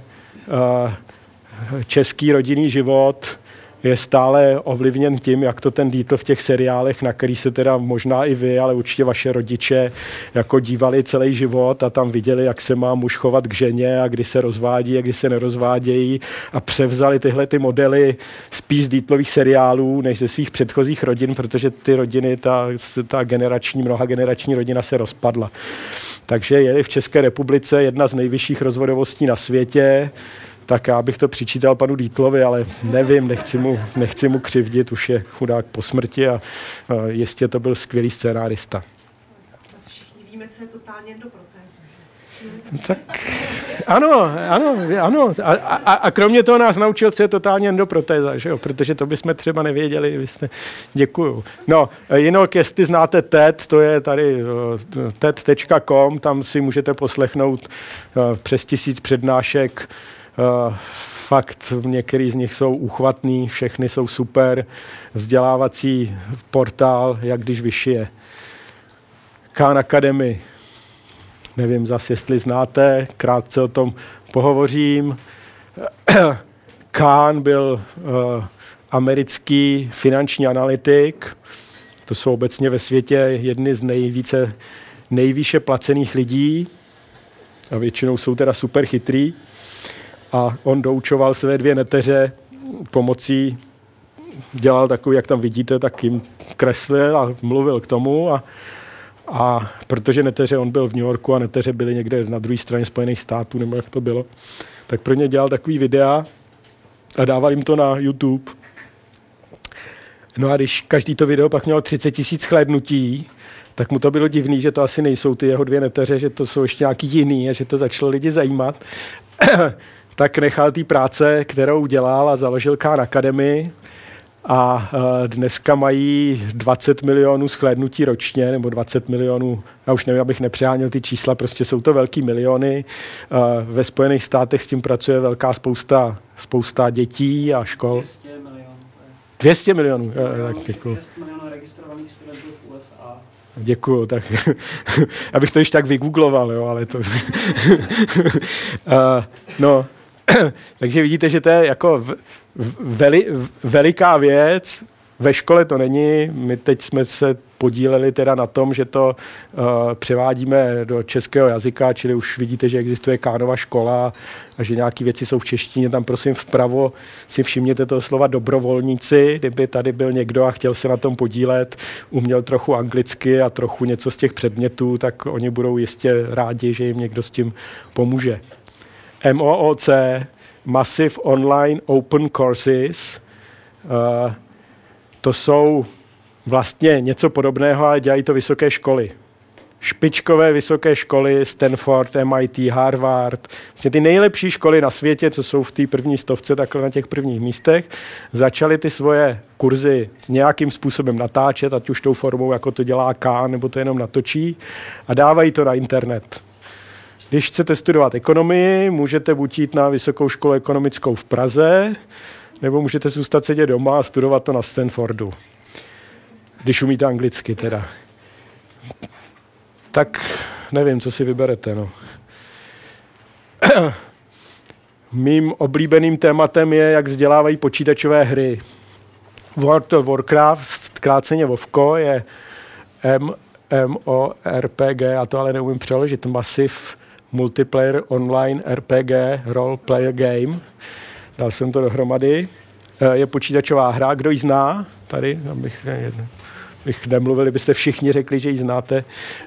český rodinný život je stále ovlivněn tím, jak to ten Dietl v těch seriálech, na který se teda možná i vy, ale určitě vaše rodiče jako dívali celý život a tam viděli, jak se má muž chovat k ženě a kdy se rozvádí a kdy se nerozvádějí a převzali tyhle ty modely spíš z Dietlových seriálů, než ze svých předchozích rodin, protože ty rodiny, ta mnohagenerační rodina se rozpadla. Takže je v České republice jedna z nejvyšších rozvodovostí na světě. Tak já bych to přičítal panu Dietlovi, ale nevím, nechci mu křivdit, už je chudák po smrti a jistě to byl skvělý scénárista. Všichni víme, co je totální endoprotéza. Tak ano. A kromě toho nás naučil, co je totální endoprotéza, že jo? Protože to bychom třeba nevěděli. Děkuju. No, jinak, jestli znáte TED, to je tady TED.com, tam si můžete poslechnout přes 1000 přednášek. Fakt, některý z nich jsou uchvatný, všechny jsou super. Vzdělávací portál, jak když vyšije. Khan Academy. Nevím zase, jestli znáte, krátce o tom pohovořím. Khan byl americký finanční analytik. To jsou obecně ve světě jedny z nejvýše placených lidí. A většinou jsou teda super chytrý. A on doučoval své 2 neteře pomocí, dělal takový, jak tam vidíte, tak jim kreslil a mluvil k tomu. A protože neteře, on byl v New Yorku a neteře byly někde na druhé straně Spojených států, nebo jak to bylo, tak pro ně dělal takový videa a dával jim to na YouTube. No a když každý to video pak mělo 30 000 shlédnutí, tak mu to bylo divný, že to asi nejsou ty jeho 2 neteře, že to jsou ještě nějaký jiný a že to začalo lidi zajímat. Tak nechal té práce, kterou dělal a založil Khan Academy a dneska mají 20 milionů shlédnutí ročně, nebo 20 milionů, já už nevím, abych nepřeháněl ty čísla, prostě jsou to velký miliony. Ve Spojených státech s tím pracuje velká spousta dětí a škol. 200 milionů. Tak děkuju. 6 milionů registrovaných studentů v USA. Děkuju, tak abych to již tak vygoogloval, jo, ale to... No, Takže vidíte, že to je jako veliká věc. Ve škole to není. My teď jsme se podíleli teda na tom, že to převádíme do českého jazyka, čili už vidíte, že existuje Kánova škola a že nějaké věci jsou v češtině. Tam prosím vpravo si všimněte toho slova dobrovolníci. Kdyby tady byl někdo a chtěl se na tom podílet, uměl trochu anglicky a trochu něco z těch předmětů, tak oni budou jistě rádi, že jim někdo s tím pomůže. MOOC, Massive Online Open Courses, to jsou vlastně něco podobného, ale dělají to vysoké školy. Špičkové vysoké školy, Stanford, MIT, Harvard, vlastně ty nejlepší školy na světě, co jsou v té první stovce, takhle na těch prvních místech, začaly ty svoje kurzy nějakým způsobem natáčet, ať už tou formou, jako to dělá Khan, nebo to jenom natočí, a dávají to na internet. Když chcete studovat ekonomii, můžete buď jít na Vysokou školu ekonomickou v Praze, nebo můžete zůstat sedět doma a studovat to na Stanfordu. Když umíte anglicky teda. Tak nevím, co si vyberete. No. Mým oblíbeným tématem je, jak vzdělávají počítačové hry. World of Warcraft, zkráceně WoWko, je MMORPG, a to ale neumím přeložit, Massive Multiplayer Online RPG Role Player Game. Dal jsem to dohromady. Je počítačová hra. Kdo ji zná? Tady, abych nemluvil, byste všichni řekli, že ji znáte.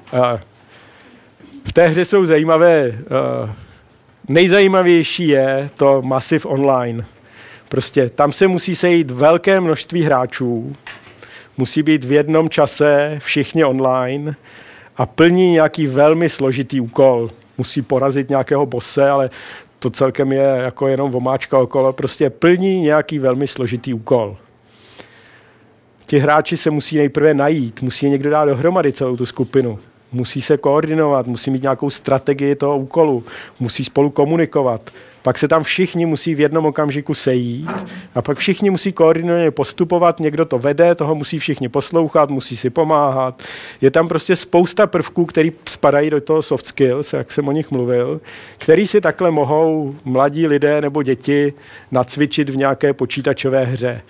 V té hře jsou zajímavé. Nejzajímavější je to Massive Online. Prostě tam se musí sejít velké množství hráčů, musí být v jednom čase všichni online a plní nějaký velmi složitý úkol. Musí porazit nějakého bosse, ale to celkem je jako jenom omáčka okolo, prostě plní nějaký velmi složitý úkol. Ti hráči se musí nejprve najít, musí někdo dát dohromady celou tu skupinu, musí se koordinovat, musí mít nějakou strategii toho úkolu, musí spolu komunikovat. Pak se tam všichni musí v jednom okamžiku sejít a pak všichni musí koordinovaně postupovat, někdo to vede, toho musí všichni poslouchat, musí si pomáhat. Je tam prostě spousta prvků, které spadají do toho soft skills, jak jsem o nich mluvil, který si takhle mohou mladí lidé nebo děti nacvičit v nějaké počítačové hře.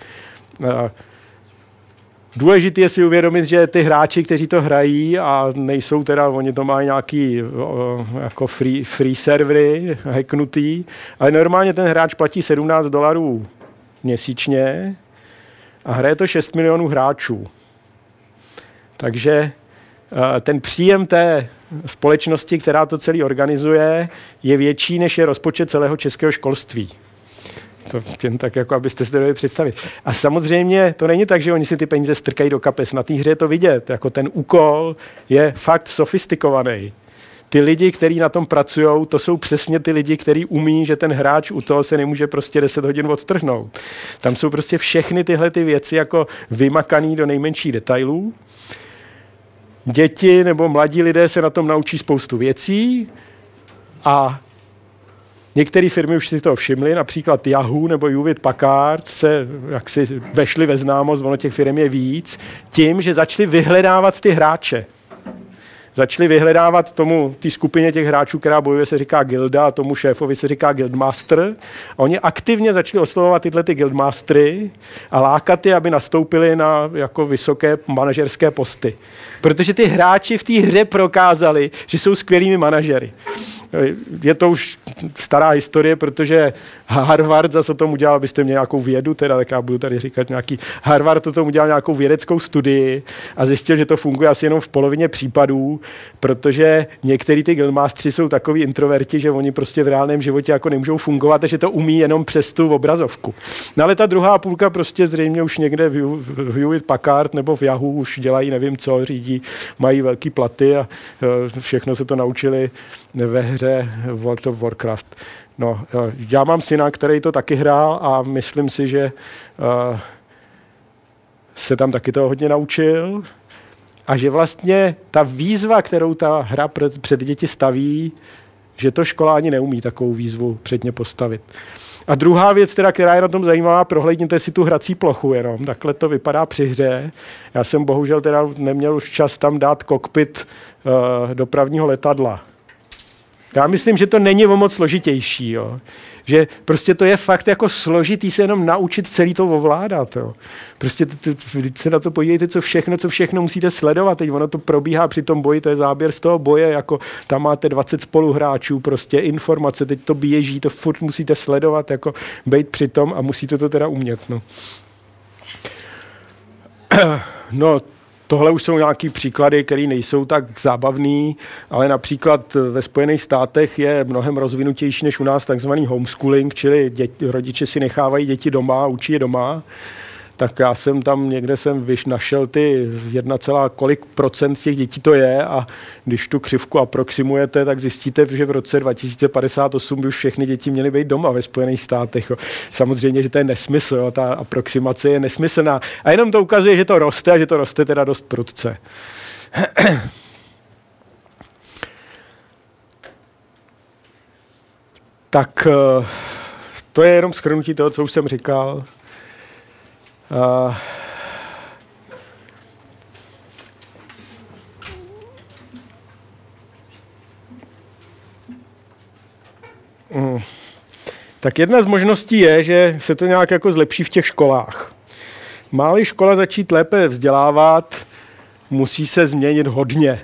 Důležité je si uvědomit, že ty hráči, kteří to hrají a nejsou teda, oni to mají nějaký jako free servery hacknutý, ale normálně ten hráč platí $17 měsíčně a hraje to 6 milionů hráčů. Takže ten příjem té společnosti, která to celý organizuje, je větší, než je rozpočet celého českého školství. To jen tak, jako abyste si to dali představit. A samozřejmě to není tak, že oni si ty peníze strkají do kapes. Na té hře je to vidět. Jako ten úkol je fakt sofistikovaný. Ty lidi, kteří na tom pracují, to jsou přesně ty lidi, kteří umí, že ten hráč u toho se nemůže prostě 10 hodin odtrhnout. Tam jsou prostě všechny tyhle ty věci jako vymakaný do nejmenších detailů. Děti nebo mladí lidé se na tom naučí spoustu věcí a některé firmy už si toho všimly, například Yahoo nebo Hewlett Packard se jaksi vešly ve známost, ono těch firm je víc, tím, že začali vyhledávat ty hráče. Začali vyhledávat té skupině těch hráčů, která bojuje, se říká gilda, a tomu šéfovi se říká guildmaster. A oni aktivně začali oslovovat tyhle ty guildmastery a lákat je, aby nastoupili na jako vysoké manažerské posty. Protože ty hráči v té hře prokázali, že jsou skvělými manažery. Je to už stará historie, protože Harvard zase o tom udělal, abyste měli nějakou vědu, teda, tak já budu tady říkat nějaký, Harvard o tom udělal nějakou vědeckou studii a zjistil, že to funguje asi jenom v polovině případů, protože některý ty guildmastři jsou takový introverti, že oni prostě v reálném životě jako nemůžou fungovat a že to umí jenom přes tu obrazovku. No ale ta druhá půlka prostě zřejmě už někde v Hewlett Packard nebo v Yahoo už dělají nevím co, řídí, mají velký platy a všechno se to naučili ve hře World of Warcraft. No, já mám syna, který to taky hrál a myslím si, že se tam taky toho hodně naučil a že vlastně ta výzva, kterou ta hra před děti staví, že to škola ani neumí takovou výzvu před ně postavit. A druhá věc, teda, která je na tom zajímavá, prohlédněte si tu hrací plochu jenom. Takhle to vypadá při hře. Já jsem bohužel teda neměl už čas tam dát kokpit dopravního letadla. Já myslím, že to není o moc složitější, jo. Že prostě to je fakt jako složitý se jenom naučit celý to ovládat. Jo. Prostě se na to podívejte, co všechno musíte sledovat. Teď ono to probíhá při tom boji, to je záběr z toho boje, jako tam máte 20 spoluhráčů, prostě informace, teď to běží, to furt musíte sledovat, jako bejt při tom a musíte to teda umět. No. No, tohle už jsou nějaký příklady, které nejsou tak zábavný, ale například ve Spojených státech je mnohem rozvinutější než u nás takzvaný homeschooling, čili rodiče si nechávají děti doma, učí je doma. Tak já jsem tam někde našel ty 1, kolik procent těch dětí to je a když tu křivku aproximujete, tak zjistíte, že v roce 2058 by už všechny děti měly být doma ve Spojených státech. Jo. Samozřejmě, že to je nesmysl, jo. Ta aproximace je nesmyslná. A jenom to ukazuje, že to roste a že to roste teda dost prudce. Tak to je jenom shrnutí toho, co už jsem říkal. Tak jedna z možností je, že se to nějak jako zlepší v těch školách. Má-li škola začít lépe vzdělávat, musí se změnit hodně.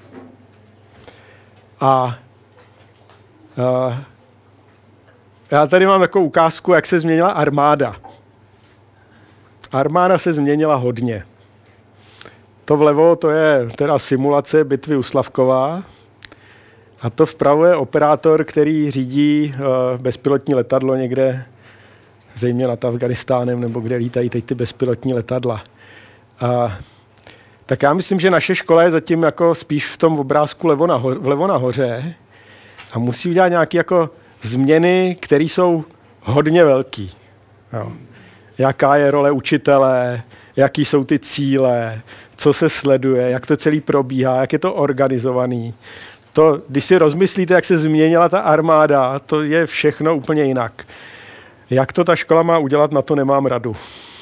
Já tady mám takovou ukázku, jak se změnila armáda. Armáda se změnila hodně. To vlevo, to je teda simulace bitvy u Slavkova. A to vpravo je operátor, který řídí bezpilotní letadlo někde, zřejmě nad Afganistánem, nebo kde lítají teď ty bezpilotní letadla. Tak já myslím, že naše škola je zatím jako spíš v tom obrázku vlevo nahoře a musí udělat nějaké jako změny, které jsou hodně velký. Jo. Jaká je role učitele, jaký jsou ty cíle, co se sleduje, jak to celý probíhá, jak je to organizovaný. To, když si rozmyslíte, jak se změnila ta armáda, to je všechno úplně jinak. Jak to ta škola má udělat, na to nemám radu.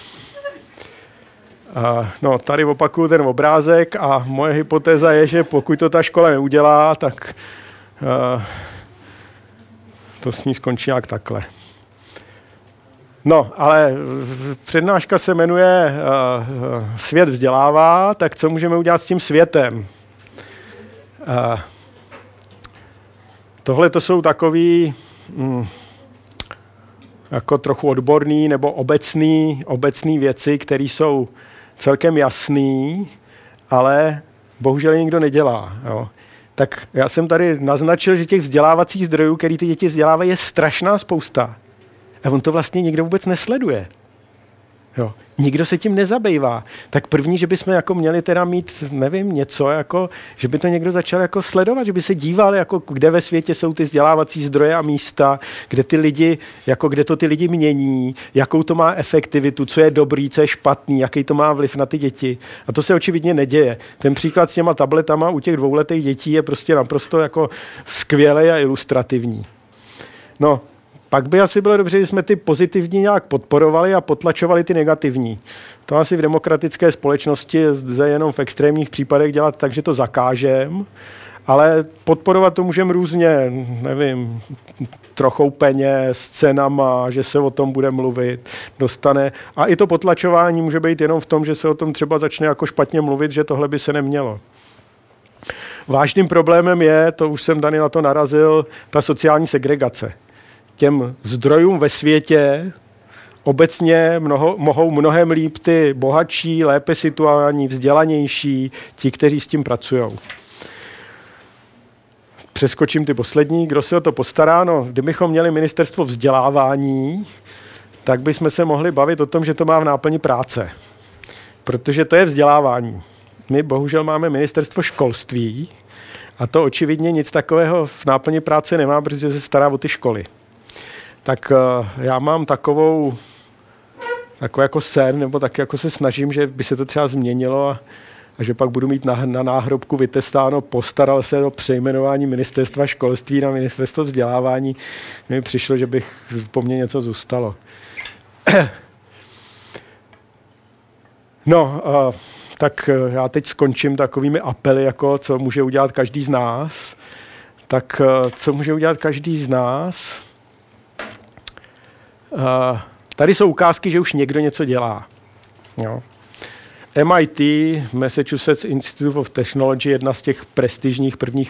No, tady opakuju ten obrázek a moje hypotéza je, že pokud to ta škola neudělá, tak to s ní skončí nějak takhle. No, ale přednáška se jmenuje Svět vzdělává, tak co můžeme udělat s tím světem? Tohle to jsou takový jako trochu odborný nebo obecný věci, které jsou celkem jasný, ale bohužel nikdo nedělá. Jo. Tak já jsem tady naznačil, že těch vzdělávacích zdrojů, který ty děti vzdělávají, je strašná spousta. A on to vlastně nikdo vůbec nesleduje. Jo. Nikdo se tím nezabývá. Tak první, že bychom jako měli teda mít, nevím, něco, jako, že by to někdo začal jako sledovat, že by se díval, jako, kde ve světě jsou ty vzdělávací zdroje a místa, kde ty lidi, jako, kde to ty lidi mění, jakou to má efektivitu, co je dobrý, co je špatný, jaký to má vliv na ty děti. A to se očividně neděje. Ten příklad s těma tabletama u těch 2letých dětí je prostě naprosto jako skvělý a ilustrativní. No, pak by asi bylo dobře, že jsme ty pozitivní nějak podporovali a potlačovali ty negativní. To asi v demokratické společnosti lze jenom v extrémních případech dělat tak, že to zakážeme, ale podporovat to můžeme různě, nevím, trochou peněz, cenama, že se o tom bude mluvit, dostane. A i to potlačování může být jenom v tom, že se o tom třeba začne jako špatně mluvit, že tohle by se nemělo. Vážným problémem je, to už jsem tady na to narazil, ta sociální segregace. Těm zdrojům ve světě obecně mohou mnohem líp ty bohatší, lépe situovaní, vzdělanější, ti, kteří s tím pracují. Přeskočím ty poslední. Kdo se o to postará? No, kdybychom měli ministerstvo vzdělávání, tak bychom se mohli bavit o tom, že to má v náplni práce. Protože to je vzdělávání. My bohužel máme ministerstvo školství a to očividně nic takového v náplni práce nemá, protože se stará o ty školy. Tak já mám takový jako sen, nebo tak jako se snažím, že by se to třeba změnilo a že pak budu mít na náhrobku vytestáno, postaral se o přejmenování ministerstva školství na ministerstvo vzdělávání. Mně přišlo, že bych po mně něco zůstalo. No, tak já teď skončím takovými apely, jako co může udělat každý z nás. Tak co může udělat každý z nás? Tady jsou ukázky, že už někdo něco dělá. Jo. MIT, Massachusetts Institute of Technology, jedna z těch prestižních prvních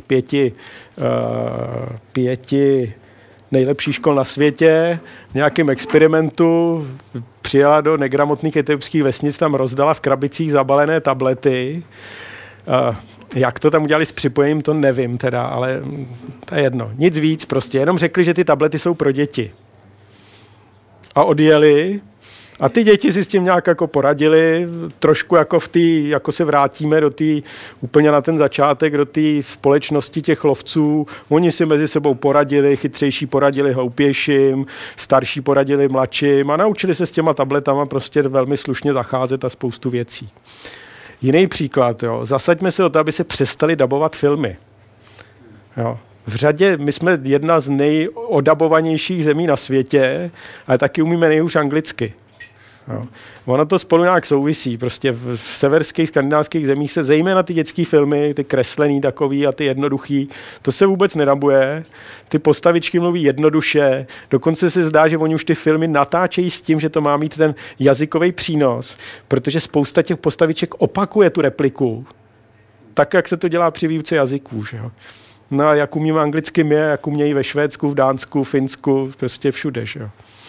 pěti nejlepších škol na světě, v nějakém experimentu přijela do negramotných etiopských vesnic, tam rozdala v krabicích zabalené tablety. Jak to tam udělali s připojením, to nevím teda, ale to je jedno. Nic víc prostě, jenom řekli, že ty tablety jsou pro děti. A odjeli. A ty děti si s tím nějak jako poradili, trošku jako se vrátíme do té úplně na ten začátek, do té společnosti těch lovců. Oni si mezi sebou poradili, chytřejší poradili hloupějším, starší poradili mladším a naučili se s těma tabletama prostě velmi slušně zacházet a spoustu věcí. Jiný příklad, jo. Zasaďme se o to, aby se přestali dabovat filmy. Jo. V řadě, my jsme jedna z nejodabovanějších zemí na světě, ale taky umíme nejhůř anglicky. Jo. Ono to spolu nějak souvisí. Prostě v severských skandinávských zemích se zejména ty dětské filmy, ty kreslený takový a ty jednoduchý, to se vůbec nedabuje. Ty postavičky mluví jednoduše. Dokonce se zdá, že oni už ty filmy natáčejí s tím, že to má mít ten jazykový přínos, protože spousta těch postaviček opakuje tu repliku. Tak, jak se to dělá při výuce jazyků. Že jo. No a jak umíme anglicky my, jak umějí ve Švédsku, v Dánsku, Finsku, prostě všude. Že jo.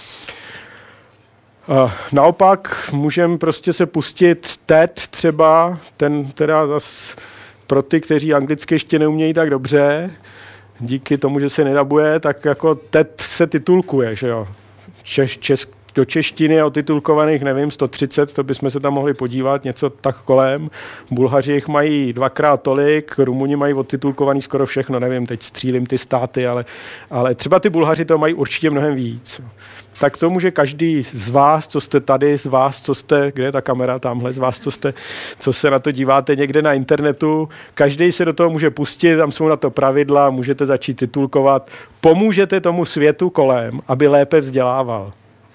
Naopak můžeme prostě se pustit TED třeba, ten teda zas pro ty, kteří anglicky ještě neumějí tak dobře, díky tomu, že se nedabuje, tak jako TED se titulkuje, že jo. Do češtiny je otitulkovaných, nevím, 130, to bychom se tam mohli podívat, něco tak kolem. Bulhaři jich mají 2x tolik, Rumuni mají otitulkovaný skoro všechno, nevím, teď střílím ty státy, ale třeba ty Bulhaři to mají určitě mnohem víc. Tak to může každý z vás, co jste tady, z vás, co jste, kde je ta kamera, tamhle, z vás, co se na to díváte někde na internetu, každý se do toho může pustit, tam jsou na to pravidla, můžete začít titulkovat, pomůžete tomu světu kolem, aby lépe vzdělával.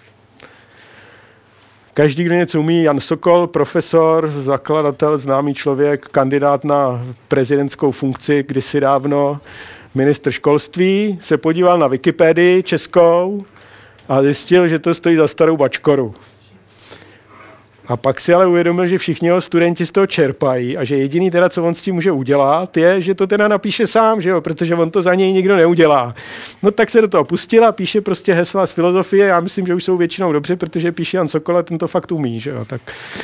Každý, kdo něco umí, Jan Sokol, profesor, zakladatel, známý člověk, kandidát na prezidentskou funkci kdysi dávno, ministr školství, se podíval na Wikipedii českou a zjistil, že to stojí za starou bačkoru. A pak si ale uvědomil, že všichni jeho studenti z toho čerpají a že jediný teda, co on s tím může udělat, je, že to teda napíše sám, že jo? Protože on to za něj nikdo neudělá. No tak se do toho pustil a píše prostě hesla z filozofie. Já myslím, že už jsou většinou dobře, protože píše Jan Sokol a ten to fakt umí, že jo? Tak...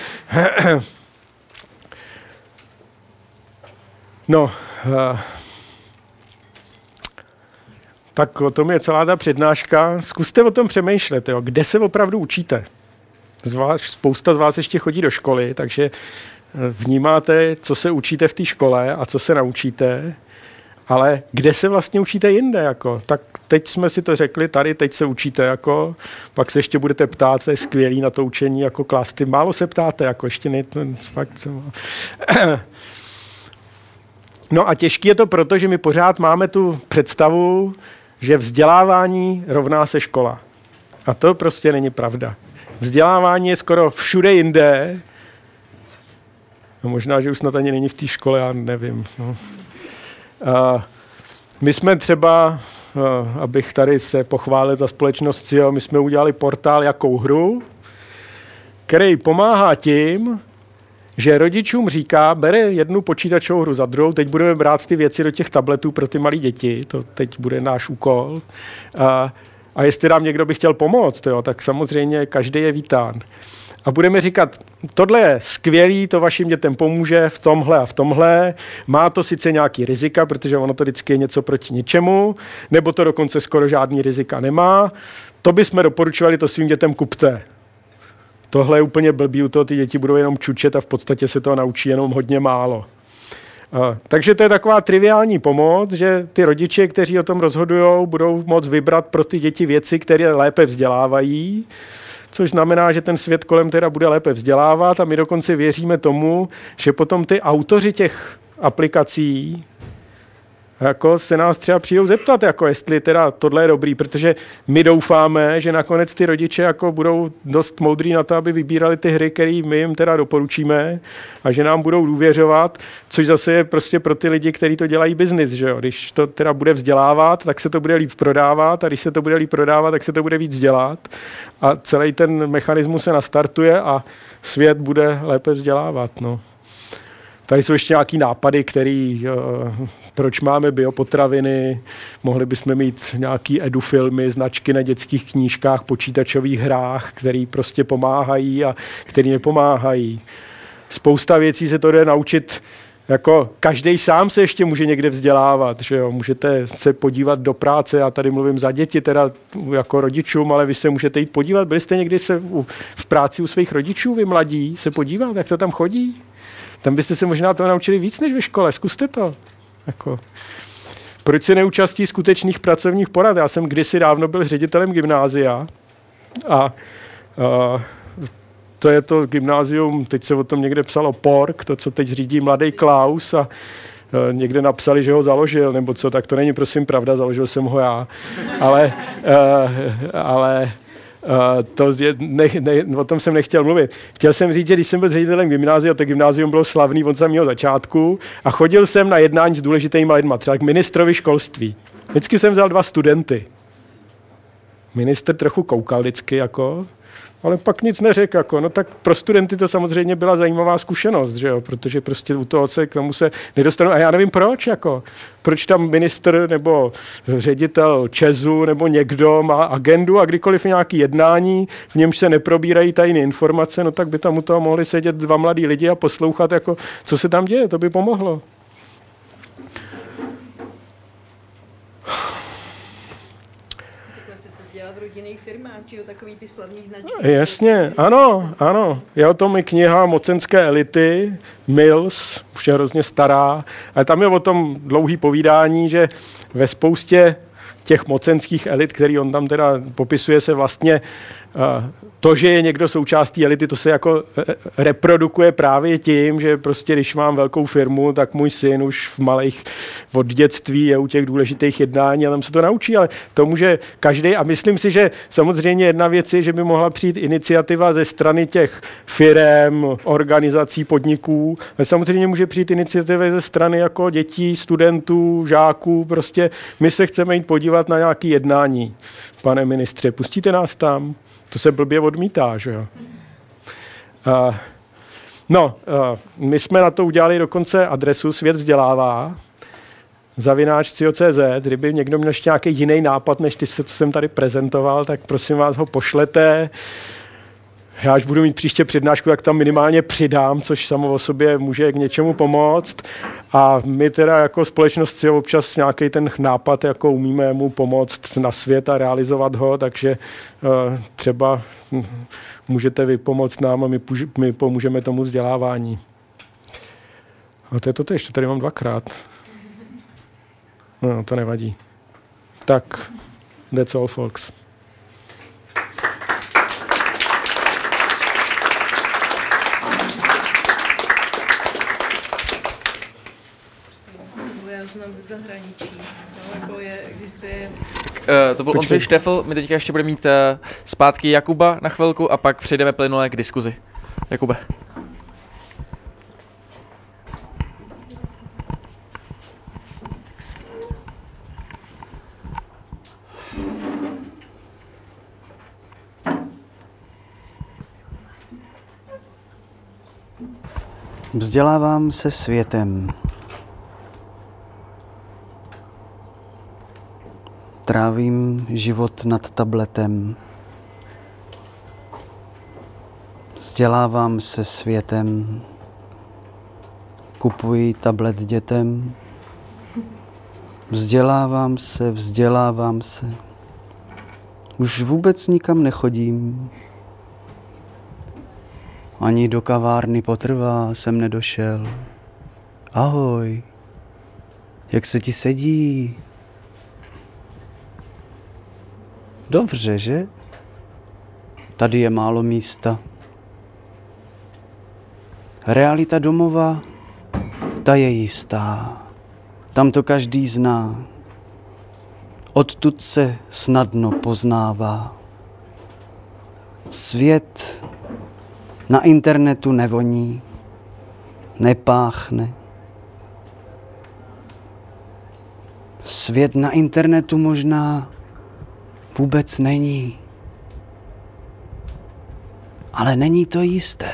No... Tak o tom je celá ta přednáška. Zkuste o tom přemýšlet, jo? Kde se opravdu učíte. Spousta z vás ještě chodí do školy, takže vnímáte, co se učíte v té škole a co se naučíte, ale kde se vlastně učíte jinde? Jako? Tak teď jsme si to řekli, tady teď se učíte, jako, pak se ještě budete ptát, to je skvělý na to učení, jako klasy. Málo se ptáte, jako ještě ne, fakt. No a těžký je to proto, že my pořád máme tu představu, že vzdělávání rovná se škola. A to prostě není pravda. Vzdělávání je skoro všude jinde. No možná, že už snad ani není v té škole, já nevím. No. My jsme třeba, abych tady se pochválil za společnost CIO, my jsme udělali portál Jakou hru, který pomáhá tím, že rodičům říká, bere jednu počítačovou hru za druhou, teď budeme brát ty věci do těch tabletů pro ty malé děti, to teď bude náš úkol. A jestli nám někdo by chtěl pomoct, jo, tak samozřejmě každý je vítán. A budeme říkat, tohle je skvělý, to vašim dětem pomůže v tomhle a v tomhle. Má to sice nějaký rizika, protože ono to vždycky je něco proti ničemu, nebo to dokonce skoro žádný rizika nemá. To bychom doporučovali, to svým dětem kupte. Tohle je úplně blbý, u toho ty děti budou jenom čučet a v podstatě se toho naučí jenom hodně málo. Takže to je taková triviální pomoc, že ty rodiče, kteří o tom rozhodují, budou moct vybrat pro ty děti věci, které lépe vzdělávají, což znamená, že ten svět kolem teda bude lépe vzdělávat a my dokonce věříme tomu, že potom ty autoři těch aplikací jako se nás třeba přijdou zeptat, jako jestli teda tohle je dobrý, protože my doufáme, že nakonec ty rodiče jako budou dost moudrý na to, aby vybírali ty hry, které my jim teda doporučíme a že nám budou důvěřovat, což zase je prostě pro ty lidi, kteří to dělají biznis, že jo. Když to teda bude vzdělávat, tak se to bude líp prodávat a když se to bude líp prodávat, tak se to bude víc dělat a celý ten mechanismus se nastartuje a svět bude lépe vzdělávat, no. Tady jsou ještě nějaký nápady, proč máme biopotraviny, mohli bychom mít nějaký edufilmy, značky na dětských knížkách, počítačových hrách, které prostě pomáhají a které nepomáhají. Spousta věcí se to jde naučit, jako každý sám se ještě může někde vzdělávat, že jo? Můžete se podívat do práce, já tady mluvím za děti, teda jako rodičům, ale vy se můžete jít podívat, byli jste někdy v práci u svých rodičů, vy mladí, se podívat, jak to tam chodí? Tam byste se možná toho naučili víc než ve škole, zkuste to. Jako. Proč se neúčastí skutečných pracovních porad? Já jsem kdysi dávno byl ředitelem gymnázia a to je to gymnázium, teď se o tom někde psalo PORK, to, co teď řídí mladý Klaus a někde napsali, že ho založil, nebo co, tak to není prosím pravda, založil jsem ho já. Ale o tom jsem nechtěl mluvit. Chtěl jsem říct, že když jsem byl ředitelem gymnázia, tak gymnázium bylo slavný od samého začátku a chodil jsem na jednání s důležitými lidmi, třeba k ministrovi školství. Vždycky jsem vzal 2 studenty. Ministr trochu koukal vždycky, jako, ale pak nic neřekl. Jako. No tak pro studenty to samozřejmě byla zajímavá zkušenost, že jo? Protože prostě u toho se k tomu se nedostanu. A já nevím proč. Jako. Proč tam ministr nebo ředitel ČEZu nebo někdo má agendu a kdykoliv je nějaké jednání, v němž se neprobírají tajné informace, no tak by tam u toho mohli sedět 2 mladí lidi a poslouchat, jako, co se tam děje. To by pomohlo. V rodinných firmách, či takový ty slavný značky. Jasně, ano. Je o tom i kniha Mocenské elity, Mills, už je hrozně stará, ale tam je o tom dlouhý povídání, že ve spoustě těch mocenských elit, který on tam teda popisuje, se vlastně to, že je někdo součástí elity, to se jako reprodukuje právě tím, že prostě když mám velkou firmu, tak můj syn už v malých od dětství je u těch důležitých jednání a tam se to naučí, ale to může každý a myslím si, že samozřejmě jedna věc je, že by mohla přijít iniciativa ze strany těch firem, organizací, podniků, ale samozřejmě může přijít iniciativa ze strany jako dětí, studentů, žáků, prostě my se chceme jít podívat na nějaké jednání. Pane ministře, pustíte nás tam? To se blbě odmítá, že jo? My jsme na to udělali dokonce adresu Svět vzdělává, @cio.cz, kdyby někdo měl ještě nějaký jiný nápad, než ty, co jsem tady prezentoval, tak prosím vás ho pošlete. Já až budu mít příště přednášku, tak tam minimálně přidám, což samo o sobě může k něčemu pomoct. A my teda jako společnost si občas nějaký ten nápad jako umíme mu pomoct na svět a realizovat ho, takže třeba můžete vy pomoct nám a my pomůžeme tomu vzdělávání. A to je to ještě, tady mám 2krát. No, to nevadí. Tak, that's all, folks. To byl Ondřej Štefl, my teďka ještě budeme mít zpátky Jakuba na chvilku a pak přejdeme plynule k diskuzi. Jakube. Vzdělávám se světem. Trávím život nad tabletem. Vzdělávám se světem. Kupuji tablet dětem. Vzdělávám se. Už vůbec nikam nechodím. Ani do kavárny Potrvá jsem nedošel. Ahoj, jak se ti sedí? Dobře, že? Tady je málo místa. Realita domova, ta je jistá. Tam to každý zná. Odtud se snadno poznává. Svět na internetu nevoní, nepáchne. Svět na internetu možná vůbec není. Ale není to jisté.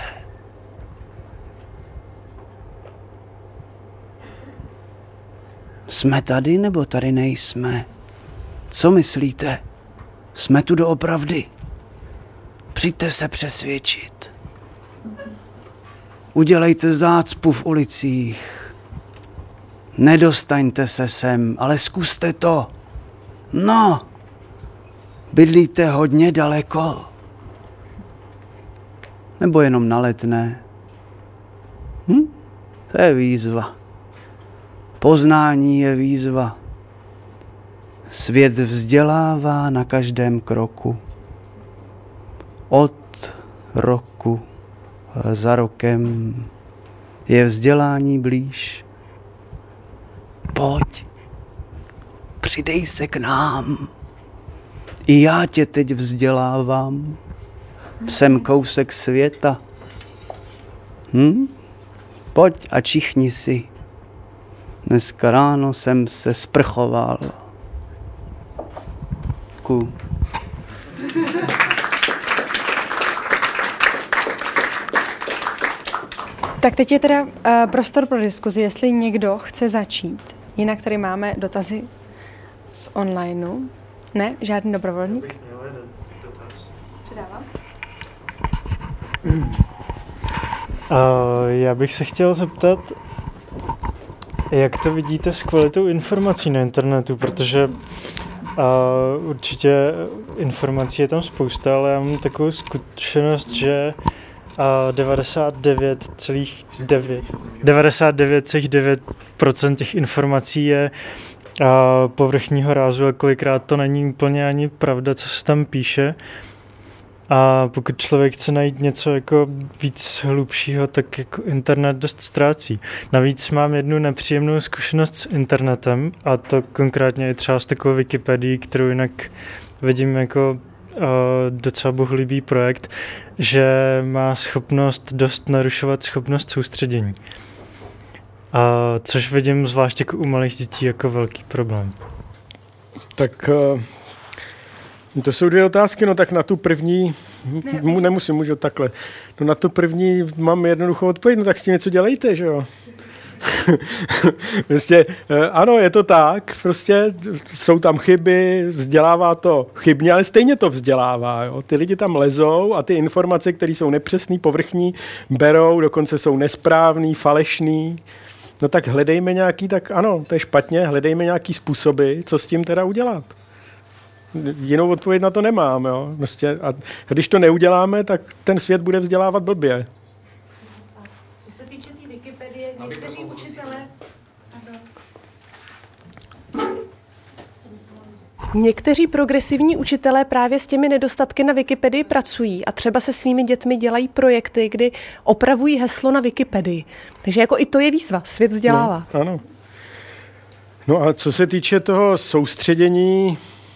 Jsme tady nebo tady nejsme? Co myslíte? Jsme tu doopravdy? Přijďte se přesvědčit. Udělejte zácpu v ulicích. Nedostaňte se sem, ale zkuste to. No, bydlíte hodně daleko. Nebo jenom na Letné. To je výzva. Poznání je výzva. Svět vzdělává na každém kroku. Od roku za rokem je vzdělání blíž. Pojď, přidej se k nám. I já tě teď vzdělávám. Jsem kousek světa. Pojď a čichni si. Dneska ráno jsem se sprchoval. Cool. Tak teď je teda prostor pro diskuzi, jestli někdo chce začít. Jinak tady máme dotazy z onlineu. Ne? Žádný dobrovolník? Předávám. Já bych se chtěl zeptat, jak to vidíte s kvalitou informací na internetu, protože určitě informací je tam spousta, ale já mám takovou zkušenost, že 99,9% těch informací je povrchního rázu a kolikrát to není úplně ani pravda, co se tam píše. A pokud člověk chce najít něco jako víc hlubšího, tak jako internet dost ztrácí. Navíc mám jednu nepříjemnou zkušenost s internetem, a to konkrétně i třeba s takovou Wikipedií, kterou jinak vidím jako docela bohulibý projekt, že má schopnost dost narušovat schopnost soustředění. Což vidím zvlášť jako u malých dětí jako velký problém. Tak to jsou dvě otázky, no tak na tu první, můžu takhle. No na tu první mám jednoduchou odpověď, no tak s tím něco dělejte, že jo. Prostě, ano, je to tak, prostě jsou tam chyby, vzdělává to chybně, ale stejně to vzdělává. Jo. Ty lidi tam lezou a ty informace, které jsou nepřesný, povrchní, berou, dokonce jsou nesprávný, falešný. No tak hledejme nějaký, tak ano, to je špatně, hledejme nějaký způsoby, co s tím teda udělat. Jinou odpověď na to nemám. Jo. Prostě, a když to neuděláme, tak ten svět bude vzdělávat blbě. Co se týče té Wikipedie, někteří učitelé... Někteří progresivní učitelé právě s těmi nedostatky na Wikipedii pracují a třeba se svými dětmi dělají projekty, kdy opravují heslo na Wikipedii. Takže jako i to je výzva, svět vzdělává. No, ano. No a co se týče toho soustředění,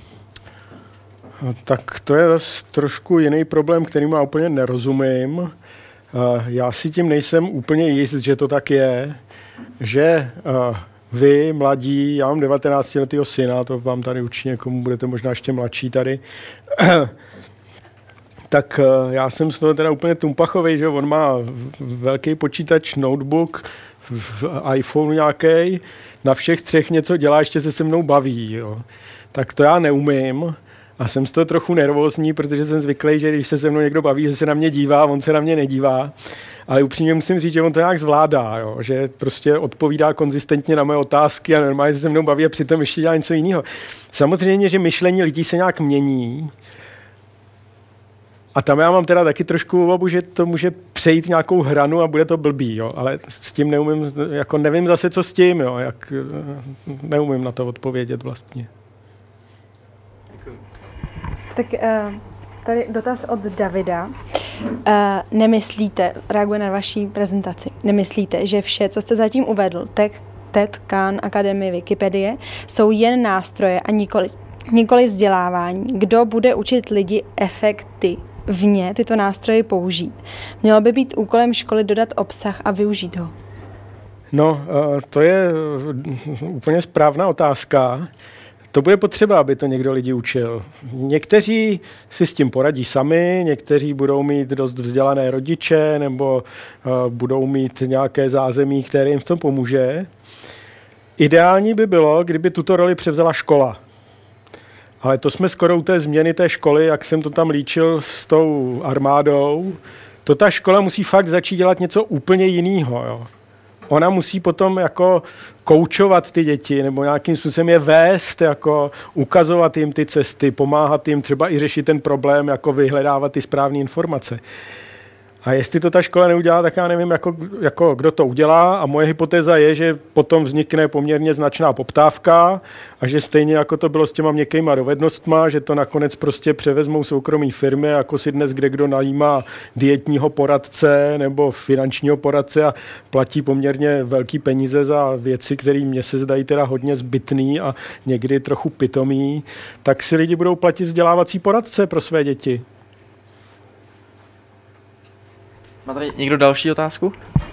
tak to je trošku jiný problém, který já úplně nerozumím. Já si tím nejsem úplně jist, že to tak je, že vy, mladí, já mám 19letýho syna, to vám tady určitě někomu budete možná ještě mladší tady, tak já jsem z toho teda úplně tumpachovej, že on má velký počítač, notebook, iPhone nějaký, na všech třech něco dělá, ještě se mnou baví. Jo. Tak to já neumím. A jsem z toho trochu nervózní, protože jsem zvyklý, že když se mnou někdo baví, že se na mě dívá, on se na mě nedívá. Ale upřímně musím říct, že on to nějak zvládá, jo? Že prostě odpovídá konzistentně na moje otázky a normálně se mnou baví a přitom ještě dělá něco jiného. Samozřejmě, že myšlení lidí se nějak mění. A tam já mám teda taky trošku obavu, že to může přejít nějakou hranu a bude to blbý, jo? Ale s tím neumím, jako nevím zase, co s tím, jo? Neumím na to odpovědět vlastně. Tak tady dotaz od Davida. Nemyslíte, reaguje na vaší prezentaci, nemyslíte, že vše, co jste zatím uvedl, TED, Khan Academy, Wikipedie jsou jen nástroje a nikoli vzdělávání. Kdo bude učit lidi efektivně tyto nástroje použít? Mělo by být úkolem školy dodat obsah a využít ho. No, to je úplně správná otázka. To bude potřeba, aby to někdo lidi učil. Někteří si s tím poradí sami, někteří budou mít dost vzdělané rodiče nebo budou mít nějaké zázemí, které jim v tom pomůže. Ideální by bylo, kdyby tuto roli převzala škola. Ale to jsme skoro u té změny té školy, jak jsem to tam líčil s tou armádou, to ta škola musí fakt začít dělat něco úplně jiného. Jo. Ona musí potom jako koučovat ty děti nebo nějakým způsobem je vést, jako ukazovat jim ty cesty, pomáhat jim třeba i řešit ten problém, jako vyhledávat ty správné informace. A jestli to ta škola neudělá, tak já nevím, jako kdo to udělá. A moje hypotéza je, že potom vznikne poměrně značná poptávka a že stejně jako to bylo s těma měkkýma dovednostma, že to nakonec prostě převezmou soukromí firmy, jako si dnes kdekdo najímá dietního poradce nebo finančního poradce a platí poměrně velký peníze za věci, které mně se zdají teda hodně zbytný a někdy trochu pitomý, tak si lidi budou platit vzdělávací poradce pro své děti. Má tady někdo další otázku?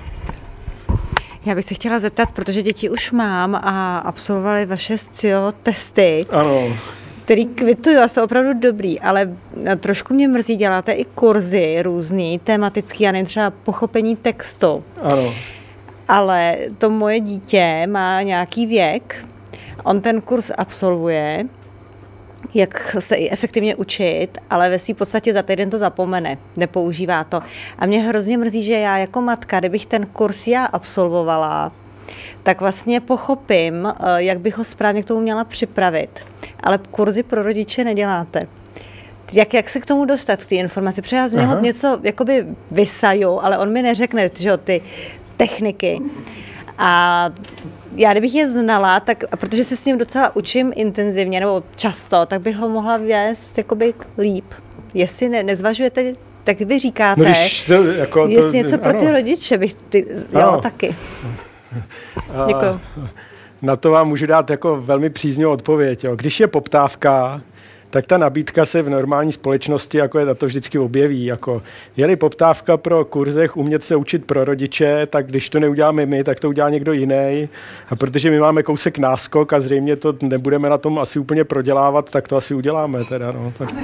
Já bych se chtěla zeptat, protože děti už mám a absolvovali vaše SCIO testy, ano, který kvituju a jsou opravdu dobrý, ale trošku mě mrzí, děláte i kurzy různý, tematický a nejen třeba pochopení textu. Ano. Ale to moje dítě má nějaký věk, on ten kurz absolvuje, jak se i efektivně učit, ale ve své podstatě za týden to zapomene, nepoužívá to. A mě hrozně mrzí, že já jako matka, kdybych ten kurz já absolvovala, tak vlastně pochopím, jak bych ho správně k tomu měla připravit. Ale kurzy pro rodiče neděláte. Jak se k tomu dostat, k té informaci? Protože já z něho něco jakoby vysaju, ale on mi neřekne, že ty techniky. A já kdybych je znala, tak, protože se s ním docela učím intenzivně nebo často, tak bych ho mohla vést jakoby líp. Jestli nezvažujete, tak vy říkáte, jestli něco pro ty rodiče bych jo, taky. Děkuju. Na to vám můžu dát jako velmi příznivou odpověď. Jo. Když je poptávka, tak ta nabídka se v normální společnosti jako je to vždycky objeví. Jako, je-li poptávka pro kurzech umět se učit pro rodiče, tak když to neuděláme my, tak to udělá někdo jiný. A protože my máme kousek náskok a zřejmě to nebudeme na tom asi úplně prodělávat, tak to asi uděláme teda. No, tak.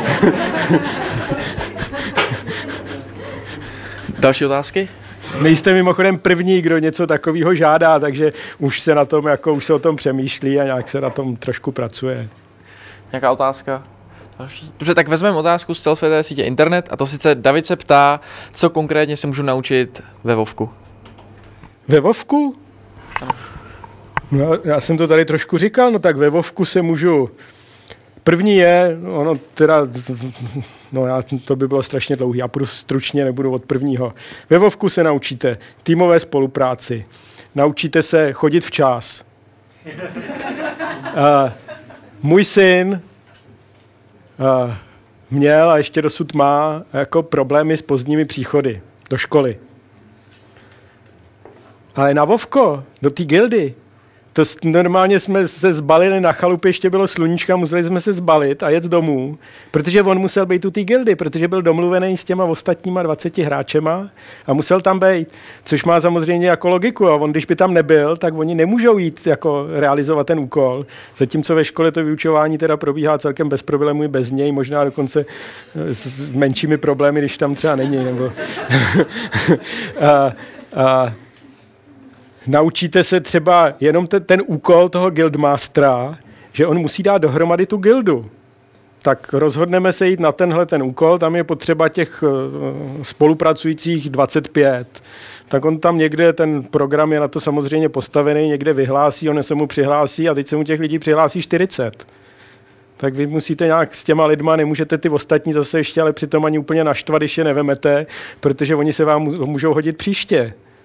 Další otázky? Nejste mimochodem první, kdo něco takového žádá, takže už se na tom, jako už se o tom přemýšlí a nějak se na tom trošku pracuje. Nějaká otázka? Další? Dobře, tak vezmeme otázku z celosvětové sítě internet a to sice David se ptá, co konkrétně se můžu naučit ve Vovku. Ve Vovku? No, já jsem to tady trošku říkal, no tak ve Vovku se můžu... První je, ono teda, no to by bylo strašně dlouhý, já půjdu stručně, nebudu od prvního. Ve Vovku se naučíte týmové spolupráci, naučíte se chodit včas. Můj syn měl a ještě dosud má jako problémy s pozdními příchody do školy. Ale na Vovko, do té gildy, to normálně jsme se zbalili na chalupě, ještě bylo sluníčka, museli jsme se zbalit a jet domů, protože on musel být u té gildy, protože byl domluvený s těma ostatníma 20 hráčema a musel tam být, což má samozřejmě jako logiku. A on, když by tam nebyl, tak oni nemůžou jít jako realizovat ten úkol. Zatímco ve škole to vyučování teda probíhá celkem bez problémů i bez něj, možná dokonce s menšími problémy, když tam třeba není. Nebo naučíte se třeba jenom ten úkol toho guildmastera, že on musí dát dohromady tu gildu. Tak rozhodneme se jít na tenhle ten úkol, tam je potřeba těch spolupracujících 25. Tak on tam někde, ten program je na to samozřejmě postavený, někde vyhlásí, on se mu přihlásí a teď se mu těch lidí přihlásí 40. Tak vy musíte nějak s těma lidma, nemůžete ty ostatní zase ještě, ale přitom ani úplně naštvat, když je nevemete, protože oni se vám můžou hodit příště.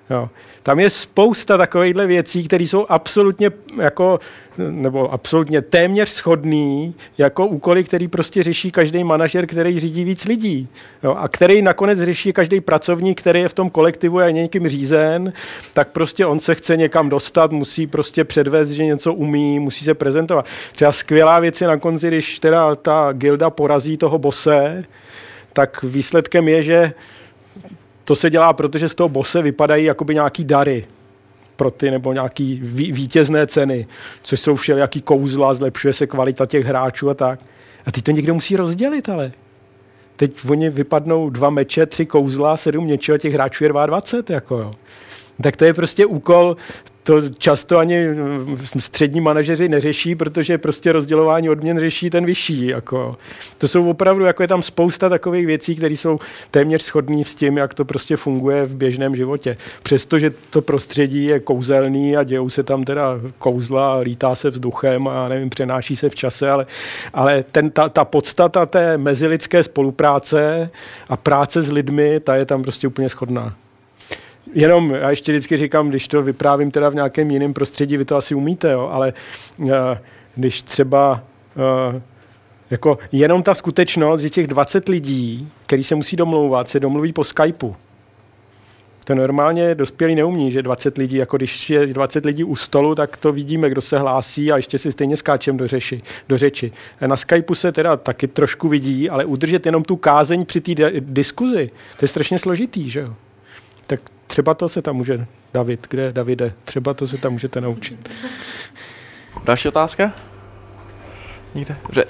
Jo. Tam je spousta takovýchhle věcí, které jsou absolutně nebo absolutně téměř shodný jako úkoly, který prostě řeší každý manažer, který řídí víc lidí. Jo. A který nakonec řeší každý pracovník, který je v tom kolektivu a je někým řízen, tak prostě on se chce někam dostat, musí prostě předvést, že něco umí, musí se prezentovat. Třeba skvělá věc je na konci, když teda ta gilda porazí toho bose, tak výsledkem je, že to se dělá, protože z toho bose vypadají jakoby nějaký dary pro ty, nebo nějaký vítězné ceny, což jsou všelijaký kouzla, zlepšuje se kvalita těch hráčů a tak. A teď to někdo musí rozdělit, ale. Teď oni vypadnou 2 meče, 3 kouzla, 7 něčeho, těch hráčů je 22, jako jo. Tak to je prostě úkol, to často ani střední manažeři neřeší, protože prostě rozdělování odměn řeší ten vyšší. Jako. To jsou opravdu, jako je tam spousta takových věcí, které jsou téměř shodné s tím, jak to prostě funguje v běžném životě. Přestože to prostředí je kouzelný a dějou se tam teda kouzla, lítá se vzduchem a nevím, přenáší se v čase, ale ta podstata té mezilidské spolupráce a práce s lidmi, ta je tam prostě úplně shodná. Jenom, já ještě vždycky říkám, když to vyprávím teda v nějakém jiném prostředí, vy to asi umíte, jo, ale když třeba jako jenom ta skutečnost, že těch 20 lidí, který se musí domlouvat, se domluví po Skypeu. To normálně dospělí neumí, že 20 lidí, jako když je 20 lidí u stolu, tak to vidíme, kdo se hlásí a ještě si stejně skáčem do řeči. A na Skypeu se teda taky trošku vidí, ale udržet jenom tu kázeň při té diskuzi, to je strašně složitý, že jo. Tak třeba to se tam může, David, kde je Davide? Třeba to se tam můžete naučit. Další otázka? Nikde? Dobře.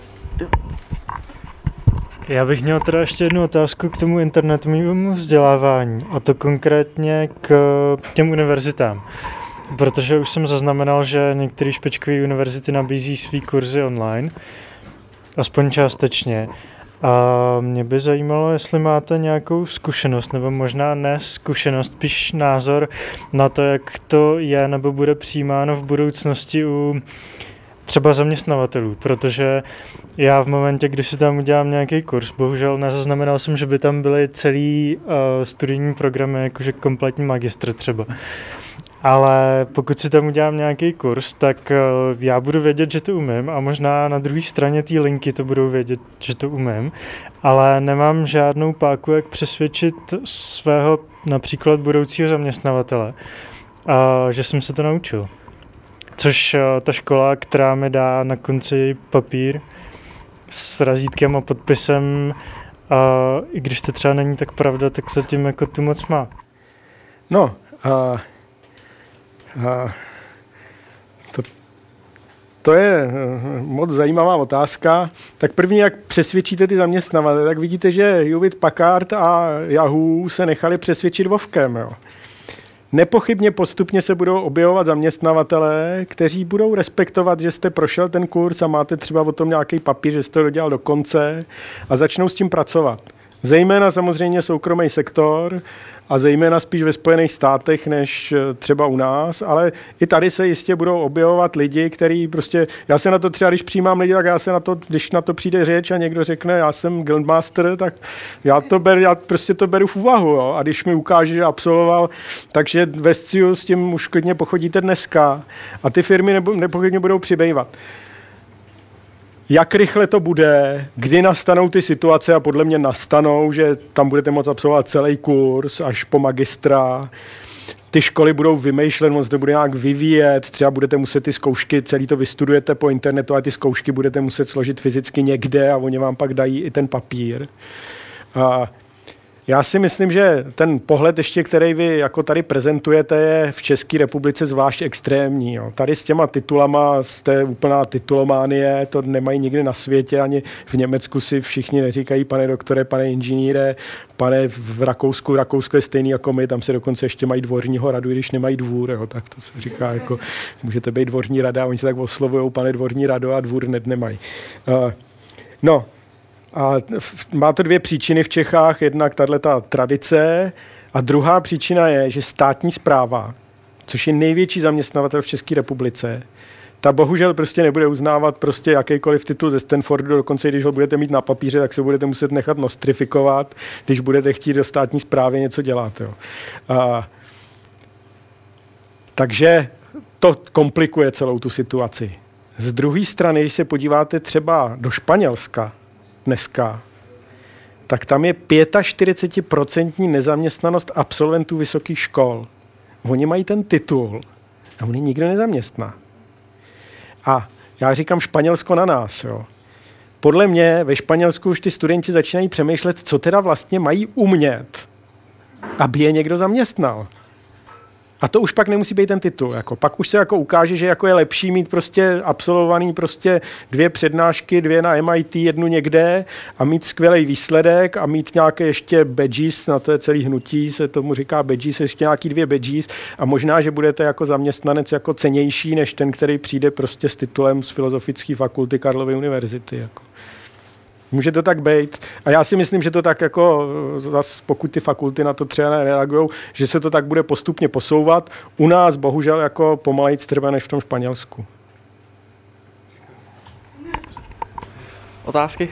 Já bych měl teda ještě jednu otázku k tomu internetovému vzdělávání, a to konkrétně k těm univerzitám. Protože už jsem zaznamenal, že některé špičkové univerzity nabízí svý kurzy online, aspoň částečně. A mě by zajímalo, jestli máte nějakou zkušenost, nebo možná ne zkušenost, spíš názor na to, jak to je nebo bude přijímáno v budoucnosti u třeba zaměstnavatelů, protože já v momentě, kdy si tam udělám nějaký kurz, bohužel nezaznamenal jsem, že by tam byly celý studijní programy, jakože kompletní magistr třeba. Ale pokud si tam udělám nějaký kurz, tak já budu vědět, že to umím a možná na druhé straně té linky to budou vědět, že to umím, ale nemám žádnou páku, jak přesvědčit svého například budoucího zaměstnavatele, že jsem se to naučil. Což ta škola, která mi dá na konci papír s razítkem a podpisem, i když to třeba není tak pravda, tak zatím jako tu moc má. No, to je moc zajímavá otázka. Tak první, jak přesvědčíte ty zaměstnavatele, tak vidíte, že Hewlett Packard a Yahoo se nechali přesvědčit Vovkem. Jo. Nepochybně postupně se budou objevovat zaměstnavatelé, kteří budou respektovat, že jste prošel ten kurz a máte třeba o tom nějaký papír, že jste to dodělal do konce a začnou s tím pracovat. Zejména samozřejmě soukromý sektor a zejména spíš ve Spojených státech než třeba u nás, ale i tady se jistě budou objevovat lidi, kteří prostě, já se na to třeba, když přijímám lidi, tak já se na to, když na to přijde řeč a někdo řekne, já jsem Guildmaster, tak já prostě to beru v úvahu, jo? A když mi ukáže, že absolvoval, takže ve SCIU s tím už klidně pochodíte dneska a ty firmy nepochybně budou přibývat. Jak rychle to bude, kdy nastanou ty situace a podle mě nastanou, že tam budete moct absolvovat celý kurz až po magistra. Ty školy budou vymýšlet, moc to bude nějak vyvíjet, třeba budete muset ty zkoušky, celý to vystudujete po internetu a ty zkoušky budete muset složit fyzicky někde a oni vám pak dají i ten papír. A já si myslím, že ten pohled ještě, který vy jako tady prezentujete, je v České republice zvlášť extrémní. Jo. Tady s těma titulama jste úplná titulománie, to nemají nikdy na světě, ani v Německu si všichni neříkají pane doktore, pane inženýre, pane v Rakousku. Rakousko je stejný jako my, tam se dokonce ještě mají dvorního radu, když nemají dvůr, jo, tak to se říká, jako můžete být dvorní rada, oni se tak oslovujou pane dvorní rado a dvůr nemají. No, a má to 2 příčiny v Čechách. Jednak tato tradice a druhá příčina je, že státní správa, což je největší zaměstnavatel v České republice, ta bohužel prostě nebude uznávat prostě jakýkoliv titul ze Stanfordu, dokonce když ho budete mít na papíře, tak se budete muset nechat nostrifikovat, když budete chtít do státní správy něco dělat. Jo. Takže to komplikuje celou tu situaci. Z druhé strany, když se podíváte třeba do Španělska dneska, tak tam je 45% nezaměstnanost absolventů vysokých škol. Oni mají ten titul a oni nikdo nezaměstná. A já říkám Španělsko na nás. Jo. Podle mě ve Španělsku už ty studenti začínají přemýšlet, co teda vlastně mají umět, aby je někdo zaměstnal. A to už pak nemusí být ten titul. Jako. Pak už se jako ukáže, že jako je lepší mít prostě absolvovaný prostě 2 přednášky, 2 na MIT, 1 někde a mít skvělý výsledek a mít nějaké ještě badges, na to je celý hnutí, se tomu říká badges, ještě nějaký 2 badges a možná, že budete jako zaměstnanec jako cenější, než ten, který přijde prostě s titulem z Filozofické fakulty Karlovy univerzity. Jako. Může to tak být. A já si myslím, že to tak jako, zas pokud ty fakulty na to třeba nereagujou, že se to tak bude postupně posouvat. U nás bohužel jako pomalejc trvá než v tom Španělsku. Otázky?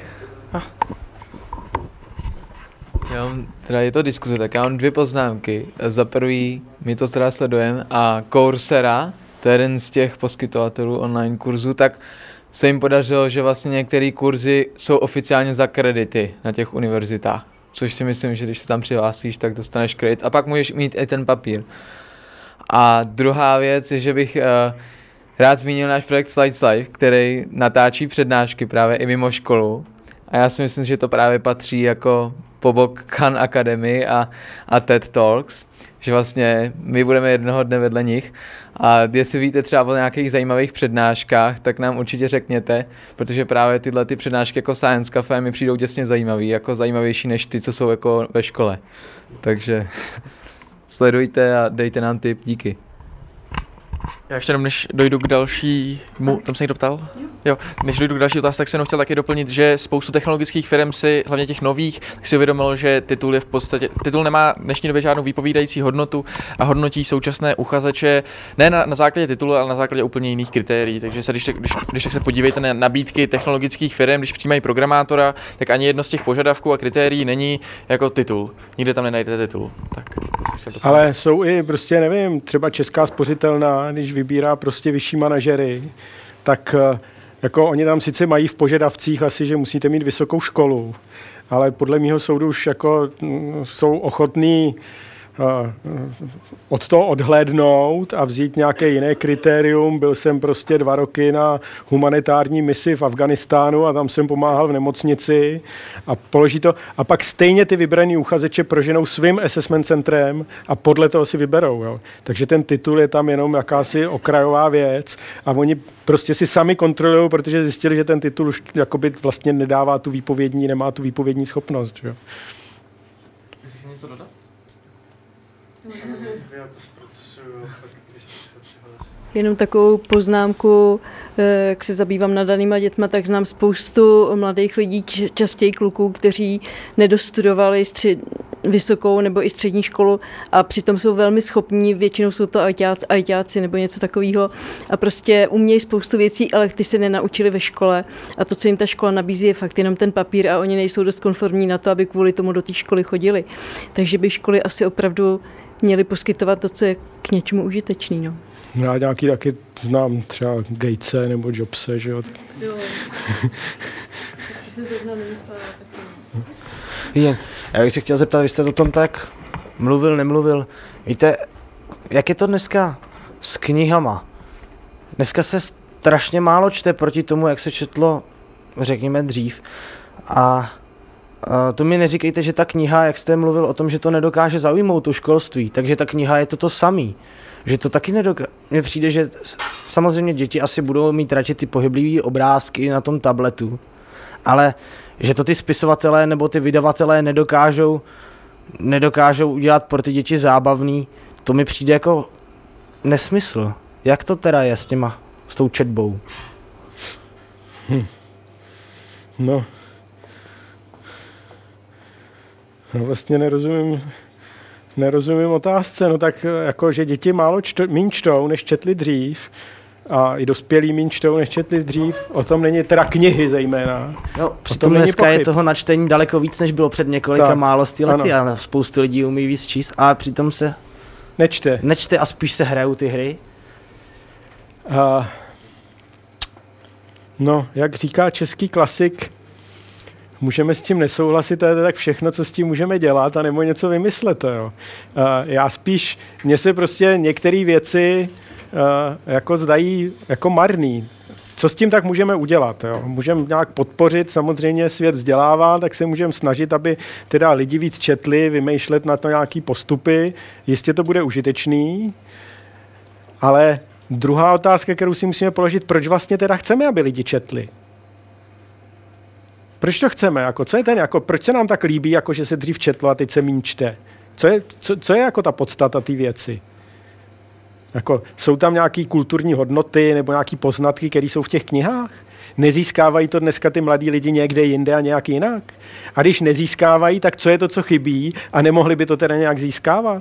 Teda je to diskuze, tak já mám 2 poznámky. Za prvý, my to teda sledujeme a Coursera, to je jeden z těch poskytovatelů online kurzů, tak se jim podařilo, že vlastně některé kurzy jsou oficiálně za kredity na těch univerzitách. Což si myslím, že když se tam přihlásíš, tak dostaneš kredit a pak můžeš mít i ten papír. A druhá věc je, že bych rád zmínil náš projekt Slides Live, který natáčí přednášky právě i mimo školu. A já si myslím, že to právě patří jako po bok Khan Academy a TED Talks, že vlastně my budeme jednoho dne vedle nich a jestli víte třeba o nějakých zajímavých přednáškách, tak nám určitě řekněte, protože právě tyhle ty přednášky jako Science Café mi přijdou děsně zajímavý, jako zajímavější než ty, co jsou jako ve škole. Takže sledujte a dejte nám tip, díky. Já ještě jenom, než dojdu k dalšímu, tam se někdo ptal? Jo, než dojdu k další otázce, tak jsem chtěl taky doplnit, že spoustu technologických firm si, hlavně těch nových, tak si uvědomilo, že titul nemá v dnešní době žádnou vypovídající hodnotu a hodnotí současné uchazeče ne na základě titulu, ale na základě úplně jiných kritérií. Takže když se podívejte na nabídky technologických firm, když přijímají programátora, tak ani jedno z těch požadavků a kritérií není jako titul. Nikde tam nenajdete titul. Tak, ale jsou i prostě, nevím, třeba Česká spořitelná, když vybírá prostě vyšší manažery, tak jako oni tam sice mají v požadavcích asi, že musíte mít vysokou školu, ale podle mýho soudu už jako jsou ochotní od toho odhlédnout a vzít nějaké jiné kritérium. Byl jsem prostě 2 roky na humanitární misi v Afghánistánu a tam jsem pomáhal v nemocnici a položí to. A pak stejně ty vybraný uchazeče proženou svým assessment centrem a podle toho si vyberou. Jo. Takže ten titul je tam jenom jakási okrajová věc a oni prostě si sami kontrolují, protože zjistili, že ten titul už jakoby vlastně nedává tu výpovědní, nemá tu výpovědní schopnost. Jo. Chceš něco dodat? Já to zprocesuju, když se přihlásím. Jenom takovou poznámku, jak se zabývám nadanýma dětma, tak znám spoustu mladých lidí, častěji kluků, kteří nedostudovali vysokou nebo i střední školu a přitom jsou velmi schopní, většinou jsou to ajťáci nebo něco takového a prostě umějí spoustu věcí, ale ty se nenaučili ve škole a to, co jim ta škola nabízí, je fakt jenom ten papír a oni nejsou dost konformní na to, aby kvůli tomu do té školy chodili. Takže by školy asi opravdu měly poskytovat to, co je k něčemu užitečný. No. Já nějaký taky znám třeba Gatese nebo Jobse, že jo. Jo. Jsem zrovna nemyslela taky. Já bych se chtěl zeptat, vy jste o tom tak nemluvil. Víte, jak je to dneska s knihama? Dneska se strašně málo čte proti tomu, jak se četlo, řekněme, dřív. A to mi neříkejte, že ta kniha, jak jste mluvil o tom, že to nedokáže zaujmout to školství, takže ta kniha je to samý. Že to taky nedokáže. Mně přijde, že samozřejmě děti asi budou mít radši ty pohyblivé obrázky na tom tabletu, ale že to ty spisovatelé nebo ty vydavatelé nedokážou udělat pro ty děti zábavný, to mi přijde jako nesmysl. Jak to teda je s tou četbou? No vlastně nerozumím otázce, no tak jako, že děti míň čtou, než četli dřív a i dospělí míň čtou, než četli dřív, o tom není teda knihy zejména. No, přitom dneska je toho načtení daleko víc, než bylo před několika málo lety a spoustu lidí umí víc číst a přitom se Nečte. Nečte a spíš se hrajou ty hry? No, jak říká český klasik, můžeme s tím nesouhlasit, to je tak všechno, co s tím můžeme dělat a nebo něco vymyslet. Jo. Já spíš, mně se prostě některé věci jako zdají jako marný. Co s tím tak můžeme udělat? Jo? Můžeme nějak podpořit, samozřejmě svět vzdělává, tak se můžeme snažit, aby teda lidi víc četli, vymýšlet na to nějaký postupy. Jistě to bude užitečný, ale druhá otázka, kterou si musíme položit, proč vlastně teda chceme, aby lidi četli? Proč to chceme? Jako, co je ten, jako, proč se nám tak líbí, jako, že se dřív četlo a teď se míň čte? Co je jako ta podstata té věci? Jako, jsou tam nějaké kulturní hodnoty nebo nějaké poznatky, které jsou v těch knihách? Nezískávají to dneska ty mladí lidi někde jinde a nějak jinak? A když nezískávají, tak co je to, co chybí a nemohli by to teda nějak získávat?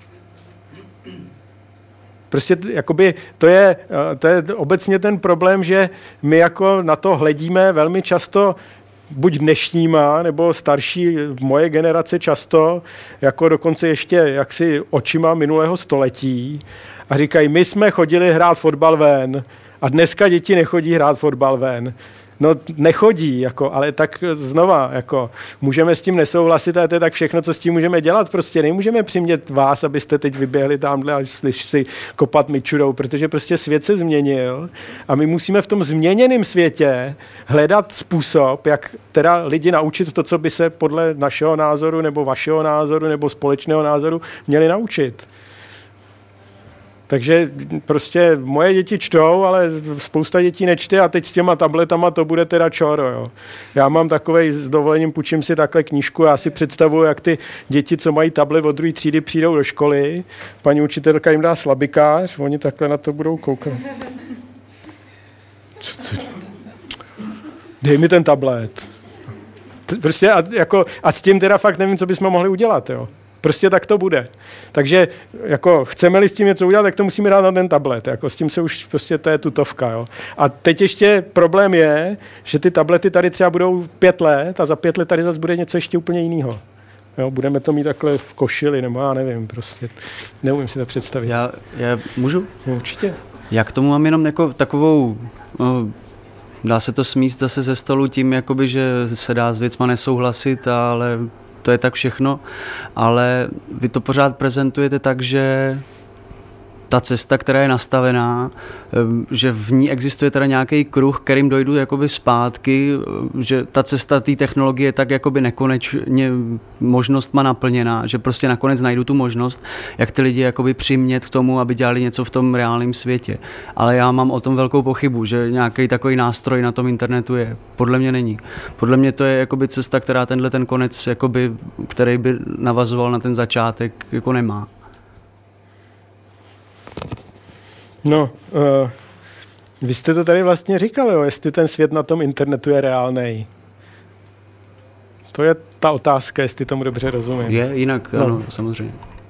Prostě jakoby, to je obecně ten problém, že my jako na to hledíme velmi často buď dnešníma, nebo starší moje generace často, jako dokonce ještě jaksi očima minulého století a říkají, my jsme chodili hrát fotbal ven a dneska děti nechodí hrát fotbal ven. No nechodí, jako, ale tak znova, jako, můžeme s tím nesouhlasit, ale to je tak všechno, co s tím můžeme dělat. Prostě nemůžeme přimět vás, abyste teď vyběhli tamhle a si kopat mičurou, protože prostě svět se změnil a my musíme v tom změněném světě hledat způsob, jak teda lidi naučit to, co by se podle našeho názoru nebo vašeho názoru nebo společného názoru měli naučit. Takže prostě moje děti čtou, ale spousta dětí nečte a teď s těma tabletama to bude teda čoro. Jo. Já mám takovej, s dovolením půjčím si takhle knížku, já si představuji, jak ty děti, co mají tablet od 2. třídy, přijdou do školy, paní učitelka jim dá slabikář, oni takhle na to budou koukat. Dej mi ten tablet. Prostě a s tím teda fakt nevím, co bychom mohli udělat, jo. Prostě tak to bude. Takže jako chceme-li s tím něco udělat, tak to musíme dát na ten tablet. Jako s tím se už prostě to je tutovka. Jo. A teď ještě problém je, že ty tablety tady třeba budou 5 let a za 5 let tady zase bude něco ještě úplně jiného. Jo, budeme to mít takhle v košili, nebo já nevím, prostě neumím si to představit. Já můžu? No, určitě. Já k tomu mám jenom jako takovou, dá se to smíst zase ze stolu tím, jakoby, že se dá s věcma nesouhlasit, ale to je tak všechno, ale vy to pořád prezentujete tak, že ta cesta, která je nastavená, že v ní existuje teda nějaký kruh, kterým dojdu jakoby zpátky, že ta cesta té technologie je tak jakoby nekonečně možnostma naplněná, že prostě nakonec najdu tu možnost, jak ty lidi jakoby přimět k tomu, aby dělali něco v tom reálném světě. Ale já mám o tom velkou pochybu, že nějaký takový nástroj na tom internetu je. Podle mě není. Podle mě to je jakoby cesta, která tenhle ten konec, jakoby, který by navazoval na ten začátek, jako nemá. No, vy jste to tady vlastně říkali, jo, jestli ten svět na tom internetu je reálnej. To je ta otázka, jestli tomu dobře rozumím. Je, jinak, no. Ano, samozřejmě.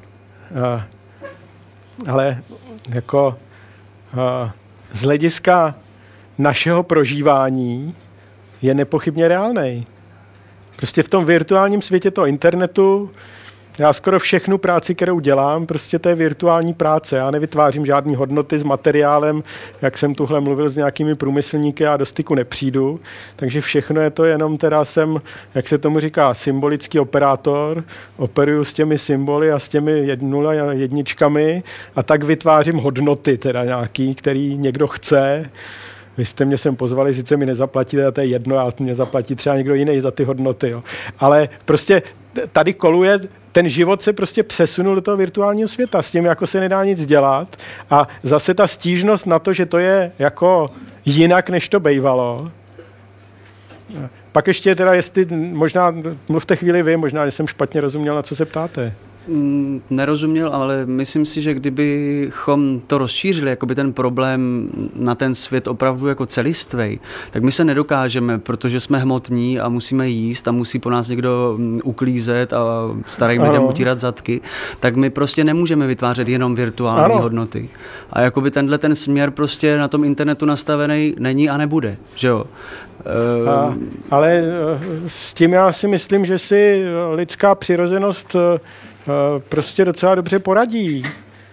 Ale jako z hlediska našeho prožívání je nepochybně reálnej. Prostě v tom virtuálním světě toho internetu já skoro všechnu práci, kterou dělám, prostě to je virtuální práce. Já nevytvářím žádný hodnoty s materiálem, jak jsem tuhle mluvil s nějakými průmyslníky a do styku nepřijdu. Takže všechno je to jenom teda jsem, jak se tomu říká, symbolický operátor. Operuju s těmi symboly a s těmi 0 a 1 a tak vytvářím hodnoty teda nějaký, který někdo chce. Vy jste mě sem pozvali, sice mi nezaplatíte, to je jedno, a mě zaplatí třeba někdo jiný za ty hodnoty. Jo. Ale prostě tady koluje, ten život se prostě přesunul do toho virtuálního světa, s tím jako se nedá nic dělat. A zase ta stížnost na to, že to je jako jinak, než to bývalo. Pak ještě teda, jestli možná, mluvte chvíli vy, možná, že jsem špatně rozuměl, na co se ptáte. Nerozuměl, ale myslím si, že kdybychom to rozšířili, jakoby ten problém na ten svět opravdu jako celistvej, tak my se nedokážeme, protože jsme hmotní a musíme jíst a musí po nás někdo uklízet a starým lidem utírat zadky, tak my prostě nemůžeme vytvářet jenom virtuální hodnoty. A jakoby tenhle ten směr prostě na tom internetu nastavený není a nebude, že jo? Ale s tím já si myslím, že si lidská přirozenost prostě docela dobře poradí.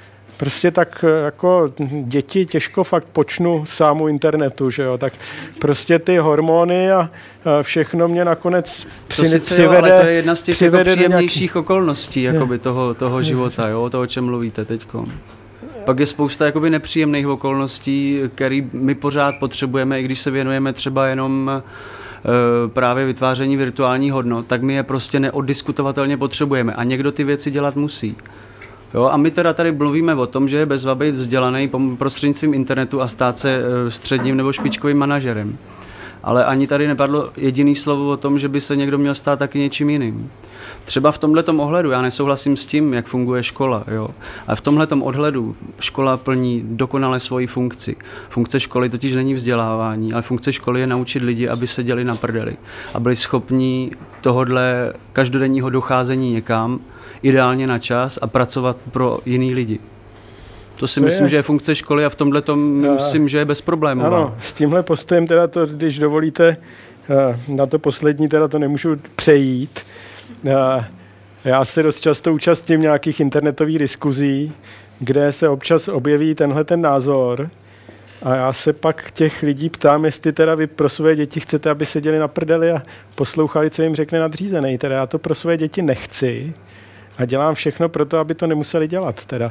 prostě tak jako děti těžko fakt počnu sámu internetu, že jo, tak prostě ty hormony a všechno mě nakonec přivede. Ale to je jedna z těch jako příjemnějších okolností jakoby toho života, jo, toho, o čem mluvíte teďko. Pak je spousta jakoby nepříjemných okolností, který my pořád potřebujeme, i když se věnujeme třeba jenom právě vytváření virtuálních hodnot, tak my je prostě neoddiskutovatelně potřebujeme a někdo ty věci dělat musí. Jo, a my teda tady mluvíme o tom, že je bezva být vzdělaný prostřednictvím internetu a stát se středním nebo špičkovým manažerem. Ale ani tady nepadlo jediný slovo o tom, že by se někdo měl stát taky něčím jiným. Třeba v tomhletom ohledu, já nesouhlasím s tím, jak funguje škola, jo. A v tomhletom ohledu škola plní dokonale svoji funkci. Funkce školy totiž není vzdělávání, ale funkce školy je naučit lidi, aby seděli na prdeli a byli schopní tohodle každodenního docházení někam, ideálně na čas a pracovat pro jiný lidi. To si myslím, že je funkce školy a v tomhletom myslím, že je bezproblémová. Ano, s tímhle postojem teda to, když dovolíte, na to poslední teda to nemůžu přejít. Já se dost často účastním nějakých internetových diskuzí, kde se občas objeví tenhle ten názor a já se pak těch lidí ptám, jestli teda vy pro své děti chcete, aby seděli na prdeli a poslouchali, co jim řekne nadřízený. Teda já to pro své děti nechci a dělám všechno pro to, aby to nemuseli dělat. Teda.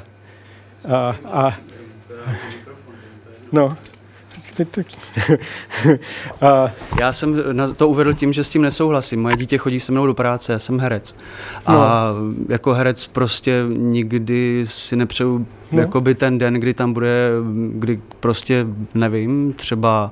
No. Já jsem to uvedl tím, že s tím nesouhlasím. Moje dítě chodí se mnou do práce, já jsem herec. A jako herec prostě nikdy si nepřeju jakoby ten den, kdy tam bude, kdy prostě nevím, třeba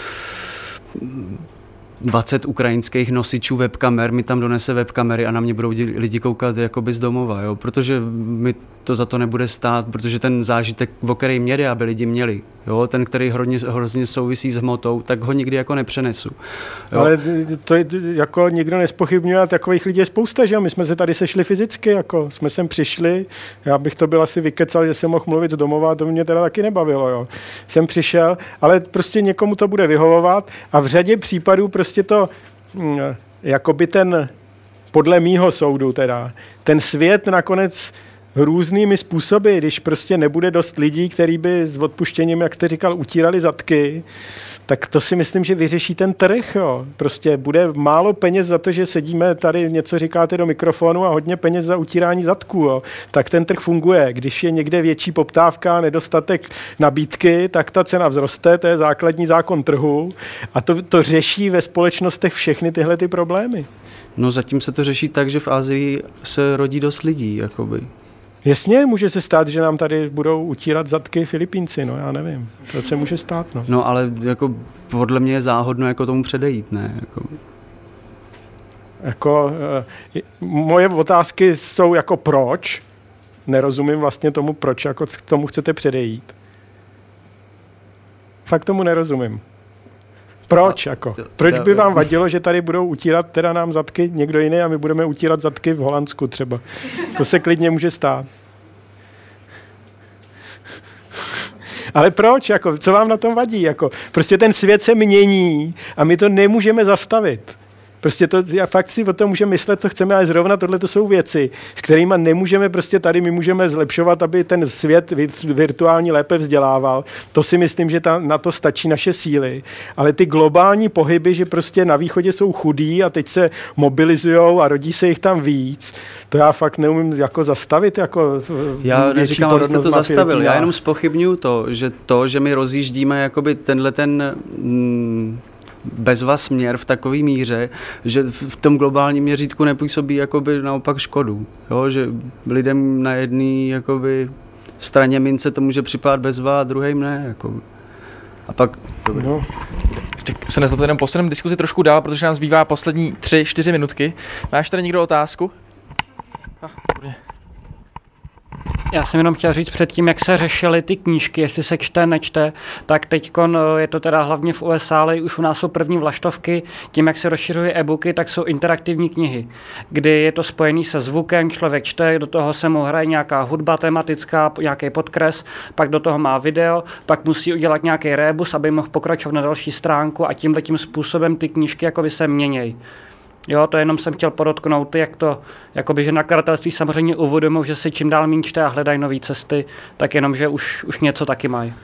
20 ukrajinských nosičů webkamer mi tam donese webkamery a na mě budou lidi koukat jakoby z domova, jo? Protože mi to za to nebude stát, protože ten zážitek, o který mě jde, aby lidi měli, jo? Ten, který hrozně souvisí s hmotou, tak ho nikdy jako nepřenesu. Jo? Ale to jako nikdo nespochybňuje a takových lidí je spousta, že jo? My jsme se tady sešli fyzicky, jako jsme sem přišli, já bych to byl asi vykecal, že jsem mohl mluvit z domova, to mě teda taky nebavilo, jo? Jsem přišel, ale prostě někomu to bude vyhovovat a v řadě případů prostě to, jakoby ten, podle mýho soudu teda, ten svět nakonec různými způsoby, když prostě nebude dost lidí, který by s odpuštěním, jak jste říkal, utírali zadky, tak to si myslím, že vyřeší ten trh. Jo. Prostě bude málo peněz za to, že sedíme tady, něco říkáte do mikrofonu a hodně peněz za utírání zadků. Jo. Tak ten trh funguje. Když je někde větší poptávka, nedostatek nabídky, tak ta cena vzroste, to je základní zákon trhu a to řeší ve společnostech všechny tyhle ty problémy. No zatím se to řeší tak, že v Asii se rodí dost lidí, jakoby. Jasně, může se stát, že nám tady budou utírat zadky Filipínci, no já nevím. To se může stát, no. No ale jako podle mě je záhodno jako tomu předejít, ne? Moje otázky jsou jako proč. Nerozumím vlastně tomu, proč jako k tomu chcete předejít. Fakt tomu nerozumím. Proč jako? Proč by vám vadilo, že tady budou utírat teda nám zadky někdo jiný a my budeme utírat zadky v Holandsku třeba? To se klidně může stát. Ale proč? Jako, co vám na tom vadí? Jako, prostě ten svět se mění a my to nemůžeme zastavit. Prostě to, fakt si o tom můžeme myslet, co chceme, ale zrovna tohle to jsou věci, s kterými nemůžeme prostě tady, my můžeme zlepšovat, aby ten svět virtuální lépe vzdělával. To si myslím, že na to stačí naše síly. Ale ty globální pohyby, že prostě na východě jsou chudí a teď se mobilizujou a rodí se jich tam víc, to já fakt neumím jako zastavit. Jako já neříkám, abyste to zastavil, já jenom zpochybňuju to, že my rozjíždíme jakoby tenhle ten bezva směr v takové míře, že v tom globálním měřítku nepůsobí jakoby naopak škodu. Jo? Že lidem na jedné jakoby straně mince to může připadat bezva a druhým ne. Jakoby. A pak... No. Tak se nezlobte, jenom posuneme diskuzi trošku dál, protože nám zbývá poslední 3-4 minutky. Máš tady někdo otázku? Já jsem jenom chtěl říct předtím, jak se řešily ty knížky, jestli se čte, nečte, tak teďkon je to teda hlavně v USA, ale už u nás jsou první vlaštovky, tím, jak se rozšiřují e-booky, tak jsou interaktivní knihy, kdy je to spojený se zvukem, člověk čte, do toho se mu hraje nějaká hudba tematická, nějaký podkres, pak do toho má video, pak musí udělat nějaký rébus, aby mohl pokračovat na další stránku a tímhletím způsobem ty knížky jakoby se měnějí. Jo, to jenom jsem chtěl podotknout, jak to, jakoby, že nakladatelství samozřejmě uvědomují, že si čím dál méně čte a hledají nové cesty, tak jenom, že už něco taky mají.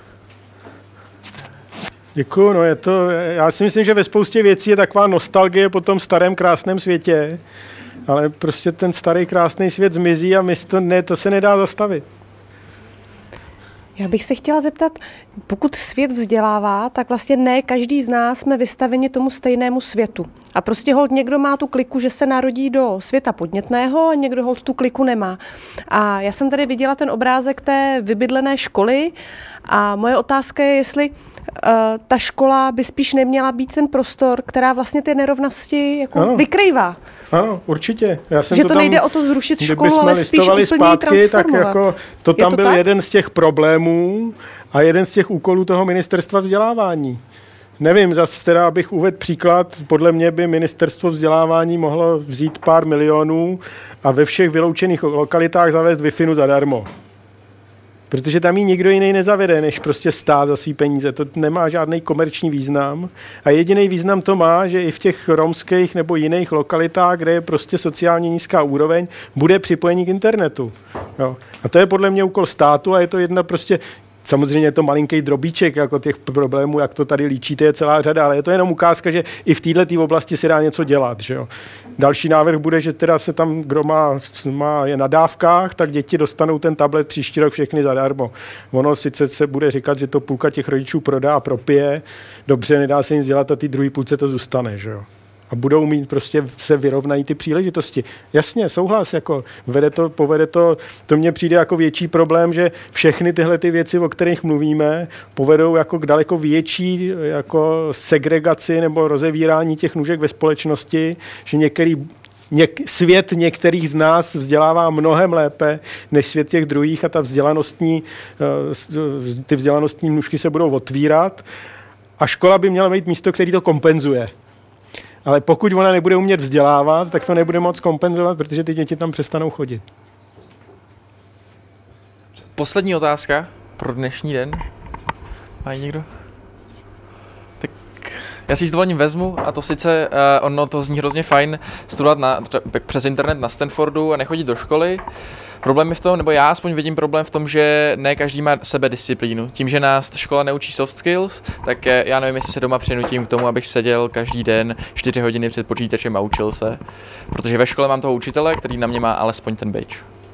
Děkuju, no já si myslím, že ve spoustě věcí je taková nostalgie po tom starém krásném světě, ale prostě ten starý krásný svět zmizí a to se nedá zastavit. Já bych se chtěla zeptat, pokud svět vzdělává, tak vlastně ne každý z nás jsme vystaveni tomu stejnému světu. A prostě holt někdo má tu kliku, že se narodí do světa podnětného a někdo holt tu kliku nemá. A já jsem tady viděla ten obrázek té vybydlené školy a moje otázka je, jestli ta škola by spíš neměla být ten prostor, která vlastně ty nerovnosti jako vykrývá. Ano, určitě. Že to nejde o to zrušit školu, ale spíš úplně ji transformovat. Tak jako to tam byl jeden z těch problémů a jeden z těch úkolů toho ministerstva vzdělávání. Nevím, zase teda, abych uvedl příklad, podle mě by ministerstvo vzdělávání mohlo vzít pár milionů a ve všech vyloučených lokalitách zavést Wi-Fi zadarmo. Protože tam ji nikdo jiný nezavede, než prostě stát za svý peníze. To nemá žádný komerční význam. A jediný význam to má, že i v těch romských nebo jiných lokalitách, kde je prostě sociálně nízká úroveň, bude připojení k internetu. Jo. A to je podle mě úkol státu a je to jedna prostě... Samozřejmě je to malinký drobíček jako těch problémů, jak to tady líčíte, je celá řada, ale je to jenom ukázka, že i v této oblasti se dá něco dělat. Že jo. Další návrh bude, že teda se tam, kdo je na dávkách, tak děti dostanou ten tablet příští rok všechny zadarmo. Ono sice se bude říkat, že to půlka těch rodičů prodá a propije, dobře, nedá se nic dělat a ty druhý půlce to zůstane. Že jo. A budou mít prostě, se vyrovnají ty příležitosti. Jasně, souhlas, jako povede to mně přijde jako větší problém, že všechny tyhle ty věci, o kterých mluvíme, povedou jako k daleko větší jako segregaci nebo rozevírání těch nůžek ve společnosti, že svět některých z nás vzdělává mnohem lépe než svět těch druhých a ty vzdělanostní nůžky se budou otvírat a škola by měla být místo, který to kompenzuje. Ale pokud ona nebude umět vzdělávat, tak to nebude moc kompenzovat, protože ty děti tam přestanou chodit. Poslední otázka pro dnešní den. Má někdo? Tak já si s dovolením vezmu a to sice, ono to zní hrozně fajn studovat přes internet na Stanfordu a nechodit do školy. Problém je v tom, nebo já aspoň vidím problém v tom, že ne každý má sebedisciplínu. Tím, že nás škola neučí soft skills, tak já nevím, jestli se doma přinutím k tomu, abych seděl každý den 4 hodiny před počítačem a učil se. Protože ve škole mám toho učitele, který na mě má alespoň ten badge.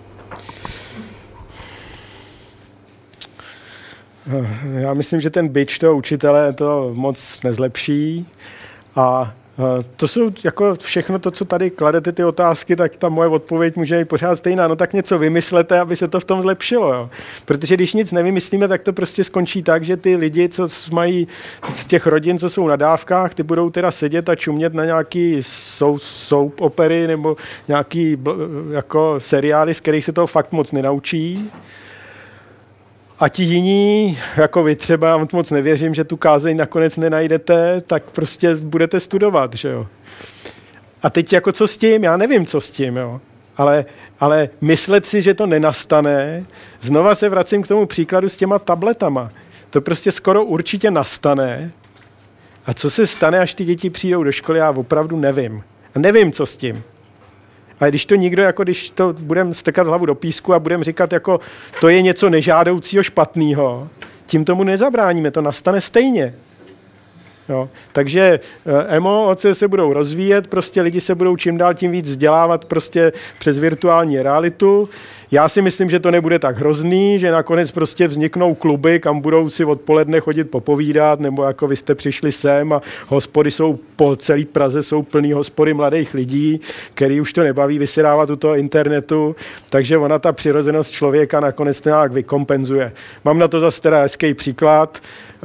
Já myslím, že ten badge toho učitele to moc nezlepší a to jsou jako všechno to, co tady kladete ty otázky, tak ta moje odpověď může být pořád stejná. No tak něco vymyslete, aby se to v tom zlepšilo. Jo. Protože když nic nevymyslíme, tak to prostě skončí tak, že ty lidi, co mají z těch rodin, co jsou na dávkách, ty budou teda sedět a čumět na nějaký soap opery nebo nějaký jako seriály, z kterých se toho fakt moc nenaučí. A ti jiní, jako vy třeba, já moc nevěřím, že tu kázeň nakonec nenajdete, tak prostě budete studovat, že jo. A teď jako co s tím? Já nevím, co s tím, jo. Ale myslet si, že to nenastane, znova se vracím k tomu příkladu s těma tabletama. To prostě skoro určitě nastane. A co se stane, až ty děti přijdou do školy, já opravdu nevím. A nevím, co s tím. Ale když to nikdo, jako když to budeme strkat hlavu do písku a budeme říkat, jako to je něco nežádoucího, špatného, tím tomu nezabráníme, to nastane stejně. Jo. Takže emoce se budou rozvíjet, prostě lidi se budou čím dál tím víc vzdělávat prostě přes virtuální realitu. Já si myslím, že to nebude tak hrozný, že nakonec prostě vzniknou kluby, kam budou si odpoledne chodit popovídat, nebo jako vy jste přišli sem a hospody jsou po celé Praze, jsou plný hospody mladých lidí, který už to nebaví vysedávat u toho internetu, takže ona ta přirozenost člověka nakonec to nějak vykompenzuje. Mám na to zase teda hezký příklad.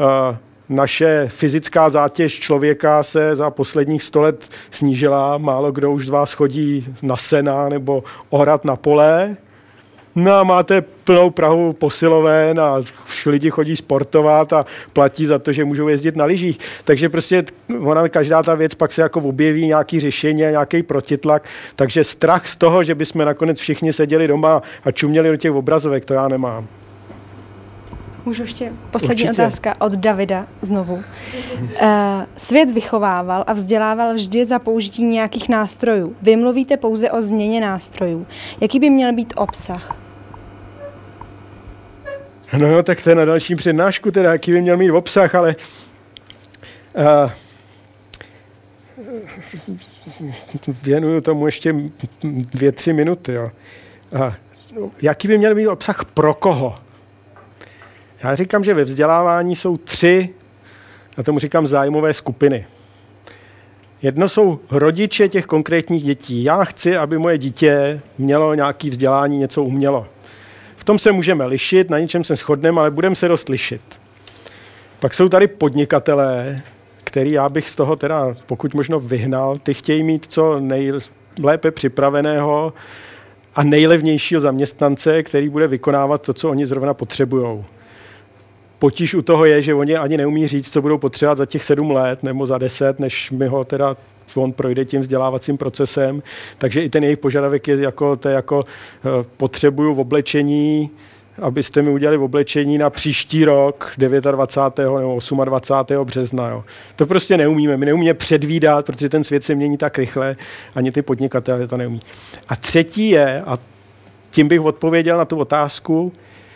Naše fyzická zátěž člověka se za posledních 100 let snížila. Málo kdo už z vás chodí na sena nebo orat na pole. No a máte plnou Prahu posiloven a už lidi chodí sportovat a platí za to, že můžou jezdit na lyžích. Takže prostě každá ta věc pak se jako objeví nějaký řešení, nějaký protitlak. Takže strach z toho, že bychom nakonec všichni seděli doma a čuměli do těch obrazovek, to já nemám. Můžu ještě poslední Určitě. otázka od Davida znovu. Svět vychovával a vzdělával vždy za použití nějakých nástrojů. Vy mluvíte pouze o změně nástrojů. Jaký by měl být obsah? No, tak to je na dalším přednášku, teda, jaký by měl mít obsah, ale věnuju tomu ještě 2-3 minuty. Jo. Jaký by měl být obsah pro koho? Já říkám, že ve vzdělávání jsou 3, a tomu říkám zájmové skupiny. Jedno jsou rodiče těch konkrétních dětí. Já chci, aby moje dítě mělo nějaké vzdělání, něco umělo. V tom se můžeme lišit, na něčem se shodneme, ale budeme se dost lišit. Pak jsou tady podnikatelé, který já bych z toho teda pokud možno vyhnal. Ty chtějí mít co nejlépe připraveného a nejlevnějšího zaměstnance, který bude vykonávat to, co oni zrovna potřebujou. Potíž u toho je, že oni ani neumí říct, co budou potřebovat za těch 7 let nebo za 10, než mi ho teda on projde tím vzdělávacím procesem. Takže i ten jejich požadavek je jako potřebuju v oblečení, abyste mi udělali v oblečení na příští rok 29. nebo 28. března. Jo. To prostě neumíme. My neumíme předvídat, protože ten svět se mění tak rychle, ani ty podnikatelé to neumí. A třetí je, a tím bych odpověděl na tu otázku,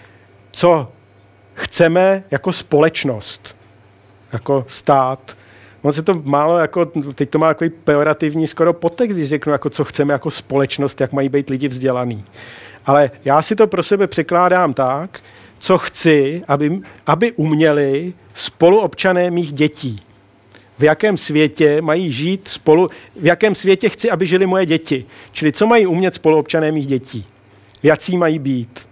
co chceme jako společnost, jako stát. On se to málo jako, teď to má takový pejorativní skoro podtext, když řeknu, jako co chceme jako společnost, jak mají být lidi vzdělaný. Ale já si to pro sebe překládám tak, co chci, aby uměli spoluobčané mých dětí. V jakém světě mají žít spolu, v jakém světě chci, aby žili moje děti. Čili co mají umět spoluobčané mých dětí. Jací mají být.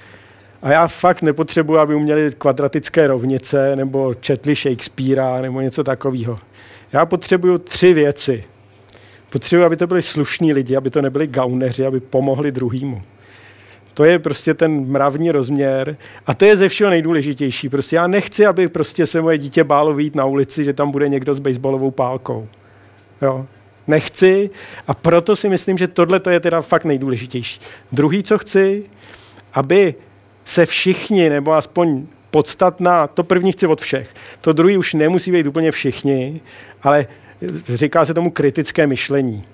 A já fakt nepotřebuji, aby uměli kvadratické rovnice, nebo četli Shakespearea, nebo něco takového. Já potřebuju 3 věci. Potřebuji, aby to byli slušní lidi, aby to nebyli gauneři, aby pomohli druhýmu. To je prostě ten mravní rozměr a to je ze všeho nejdůležitější. Prostě já nechci, aby prostě se moje dítě bálo vyjít na ulici, že tam bude někdo s baseballovou pálkou. Jo. Nechci a proto si myslím, že tohle to je teda fakt nejdůležitější. Druhý, co chci, aby se všichni, nebo aspoň podstatná, to první chci od všech. To druhý už nemusí být úplně všichni, ale říká se tomu kritické myšlení.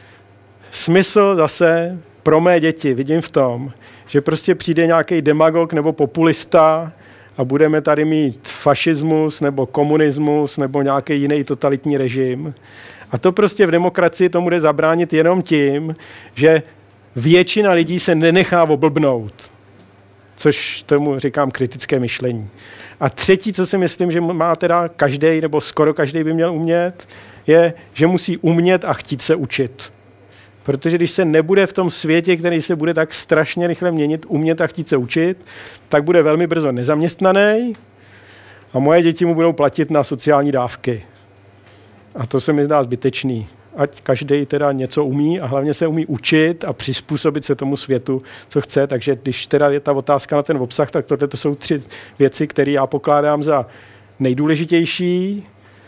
Smysl zase pro mé děti vidím v tom, že prostě přijde nějaký demagog nebo populista a budeme tady mít fašismus nebo komunismus nebo nějaký jiný totalitní režim. A to prostě v demokracii tomu jde zabránit jenom tím, že většina lidí se nenechá oblbnout. Což tomu říkám kritické myšlení. A třetí, co si myslím, že má teda každý nebo skoro každý by měl umět, je, že musí umět a chtít se učit. Protože když se nebude v tom světě, který se bude tak strašně rychle měnit, umět a chtít se učit, tak bude velmi brzo nezaměstnaný a moje děti mu budou platit na sociální dávky. A to se mi zdá zbytečný. Ať každý teda něco umí a hlavně se umí učit a přizpůsobit se tomu světu, co chce. Takže když teda je ta otázka na ten obsah, tak tohle to jsou 3 věci, které já pokládám za nejdůležitější.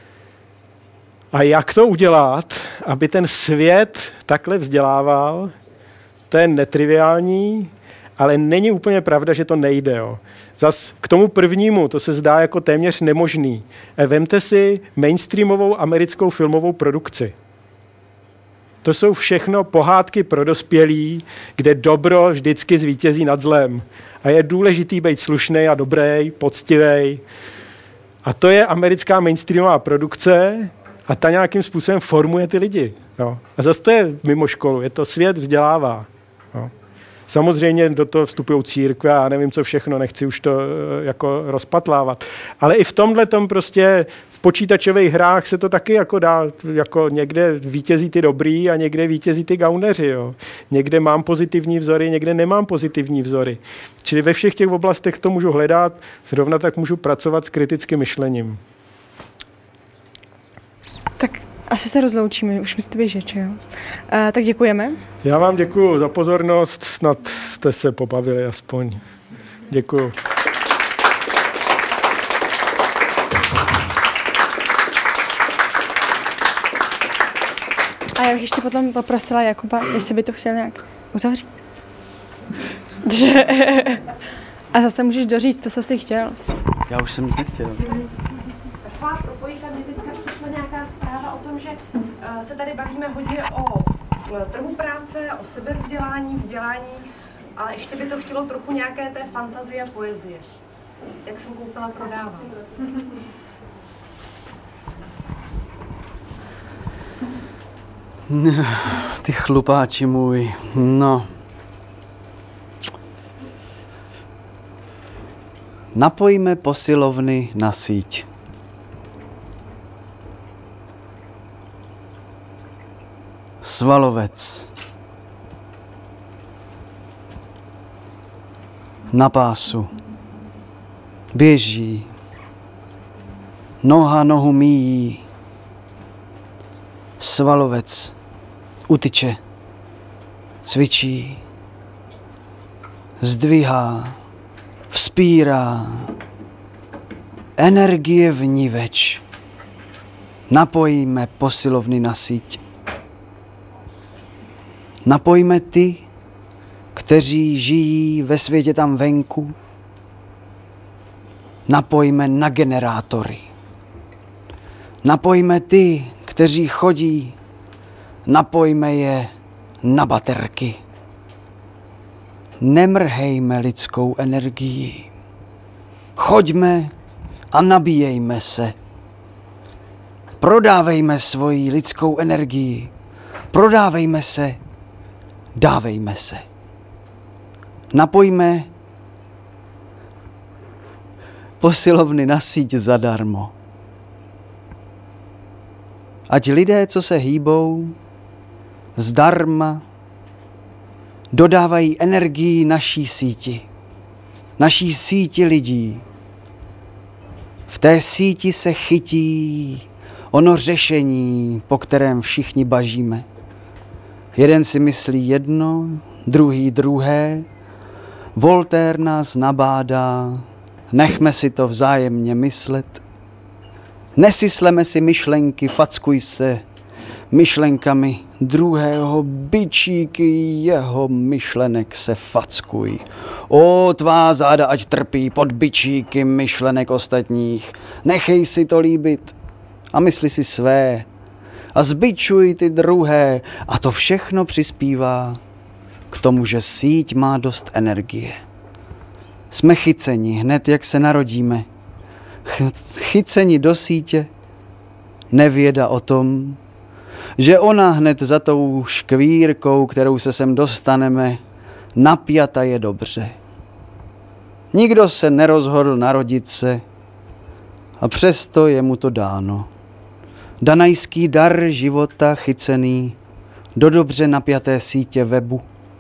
A jak to udělat, aby ten svět takhle vzdělával, to je netriviální, ale není úplně pravda, že to nejde. Jo. Zas k tomu prvnímu, to se zdá jako téměř nemožný. Vemte si mainstreamovou americkou filmovou produkci. To jsou všechno pohádky pro dospělí, kde dobro vždycky zvítězí nad zlem. A je důležitý být slušnej a dobrý, poctivý. A to je americká mainstreamová produkce a ta nějakým způsobem formuje ty lidi. Jo. A zase to je mimo školu, je to svět vzdělává. Jo. Samozřejmě do toho vstupují církve a nevím, co všechno, nechci už to jako rozpatlávat. Ale i v tomhle tom prostě v počítačových hrách se to taky jako dá, jako někde vítězí ty dobrý a někde vítězí ty gauneři. Jo. Někde mám pozitivní vzory, někde nemám pozitivní vzory. Čili ve všech těch oblastech to můžu hledat, zrovna tak můžu pracovat s kritickým myšlením. Tak asi se rozloučíme, už musíte běžet, jo? Tak děkujeme. Já vám děkuju za pozornost, snad jste se pobavili aspoň. Děkuju. A já bych ještě potom poprosila Jakuba, jestli by to chtěl nějak uzavřít. A zase můžeš doříct to, co jsi chtěl. Já už jsem nic nechtěl. Taková propojka, mě teďka přišla nějaká zpráva o tom, že se tady bavíme hodně o trhu práce, o sebevzdělání, vzdělání, ale ještě by to chtělo trochu nějaké té fantazie a poezie. Jak jsem koupila, prodávám. Ty chlupáči můj, no. Napojíme posilovny na síť. Svalovec. Na pásu. Běží. Noha nohu míjí. Svalovec. Utyče. Cvičí. Zdvihá. Vzpírá. Energie vniveč. Napojíme posilovny na síť. Napojíme ty, kteří žijí ve světě tam venku. Napojíme na generátory. Napojíme ty, kteří chodí. Napojíme je na baterky. Nemrhejme lidskou energií. Choďme a nabíjejme se. Prodávejme svoji lidskou energii. Prodávejme se. Dávejme se. Napojme posilovny na síť zadarmo. Ať lidé, co se hýbou, zdarma dodávají energii naší síti. Naší síti lidí. V té síti se chytí ono řešení, po kterém všichni bažíme. Jeden si myslí jedno, druhý druhé. Voltaire nás nabádá, nechme si to vzájemně myslet. Nesysleme si myšlenky, fackuj se myšlenkami druhého, bičíky jeho myšlenek se fackuj. O, tvá záda ať trpí pod bičíky myšlenek ostatních. Nechej si to líbit a mysli si své. A zbičuj ty druhé. A to všechno přispívá k tomu, že síť má dost energie. Jsme chyceni hned, jak se narodíme. Chyceni do sítě. Nevěda o tom, že ona hned za tou škvírkou, kterou se sem dostaneme, napjata je dobře. Nikdo se nerozhodl narodit se a přesto je mu to dáno. Danajský dar života chycený do dobře napjaté sítě webu.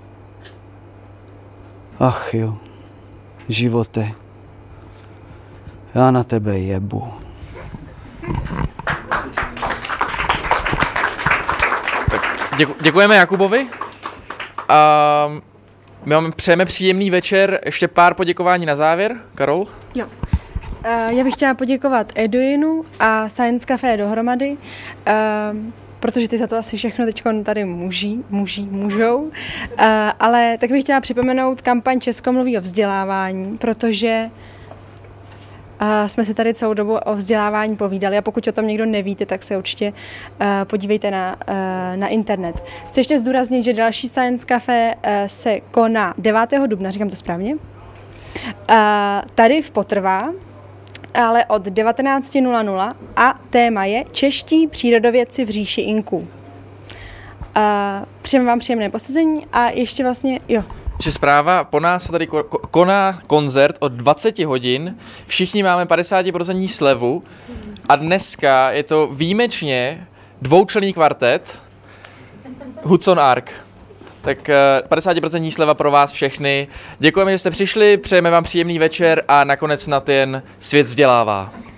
Ach jo, živote, já na tebe jebu. Děkujeme Jakubovi. My vám přejeme příjemný večer. Ještě pár poděkování na závěr. Karol? Jo. Já bych chtěla poděkovat Eduinu a Science Café dohromady, protože ty za to asi všechno teď tady můžou. Ale tak bych chtěla připomenout kampaň Česko mluví o vzdělávání, protože jsme si tady celou dobu o vzdělávání povídali a pokud o tom někdo nevíte, tak se určitě podívejte na internet. Chci ještě zdůraznit, že další Science Café se koná 9. dubna, říkám to správně, tady v Potrvá, ale od 19:00 a téma je Čeští přírodovědci v říši Inků. Přejeme vám příjemné posezení a ještě vlastně, jo. Že zpráva, po nás se tady koná koncert od 20 hodin, všichni máme 50% slevu a dneska je to výjimečně dvoučlenný kvartet Hudson Ark. Tak 50% sleva pro vás všechny. Děkujeme, že jste přišli, přejeme vám příjemný večer a nakonec snad jen svět vzdělává.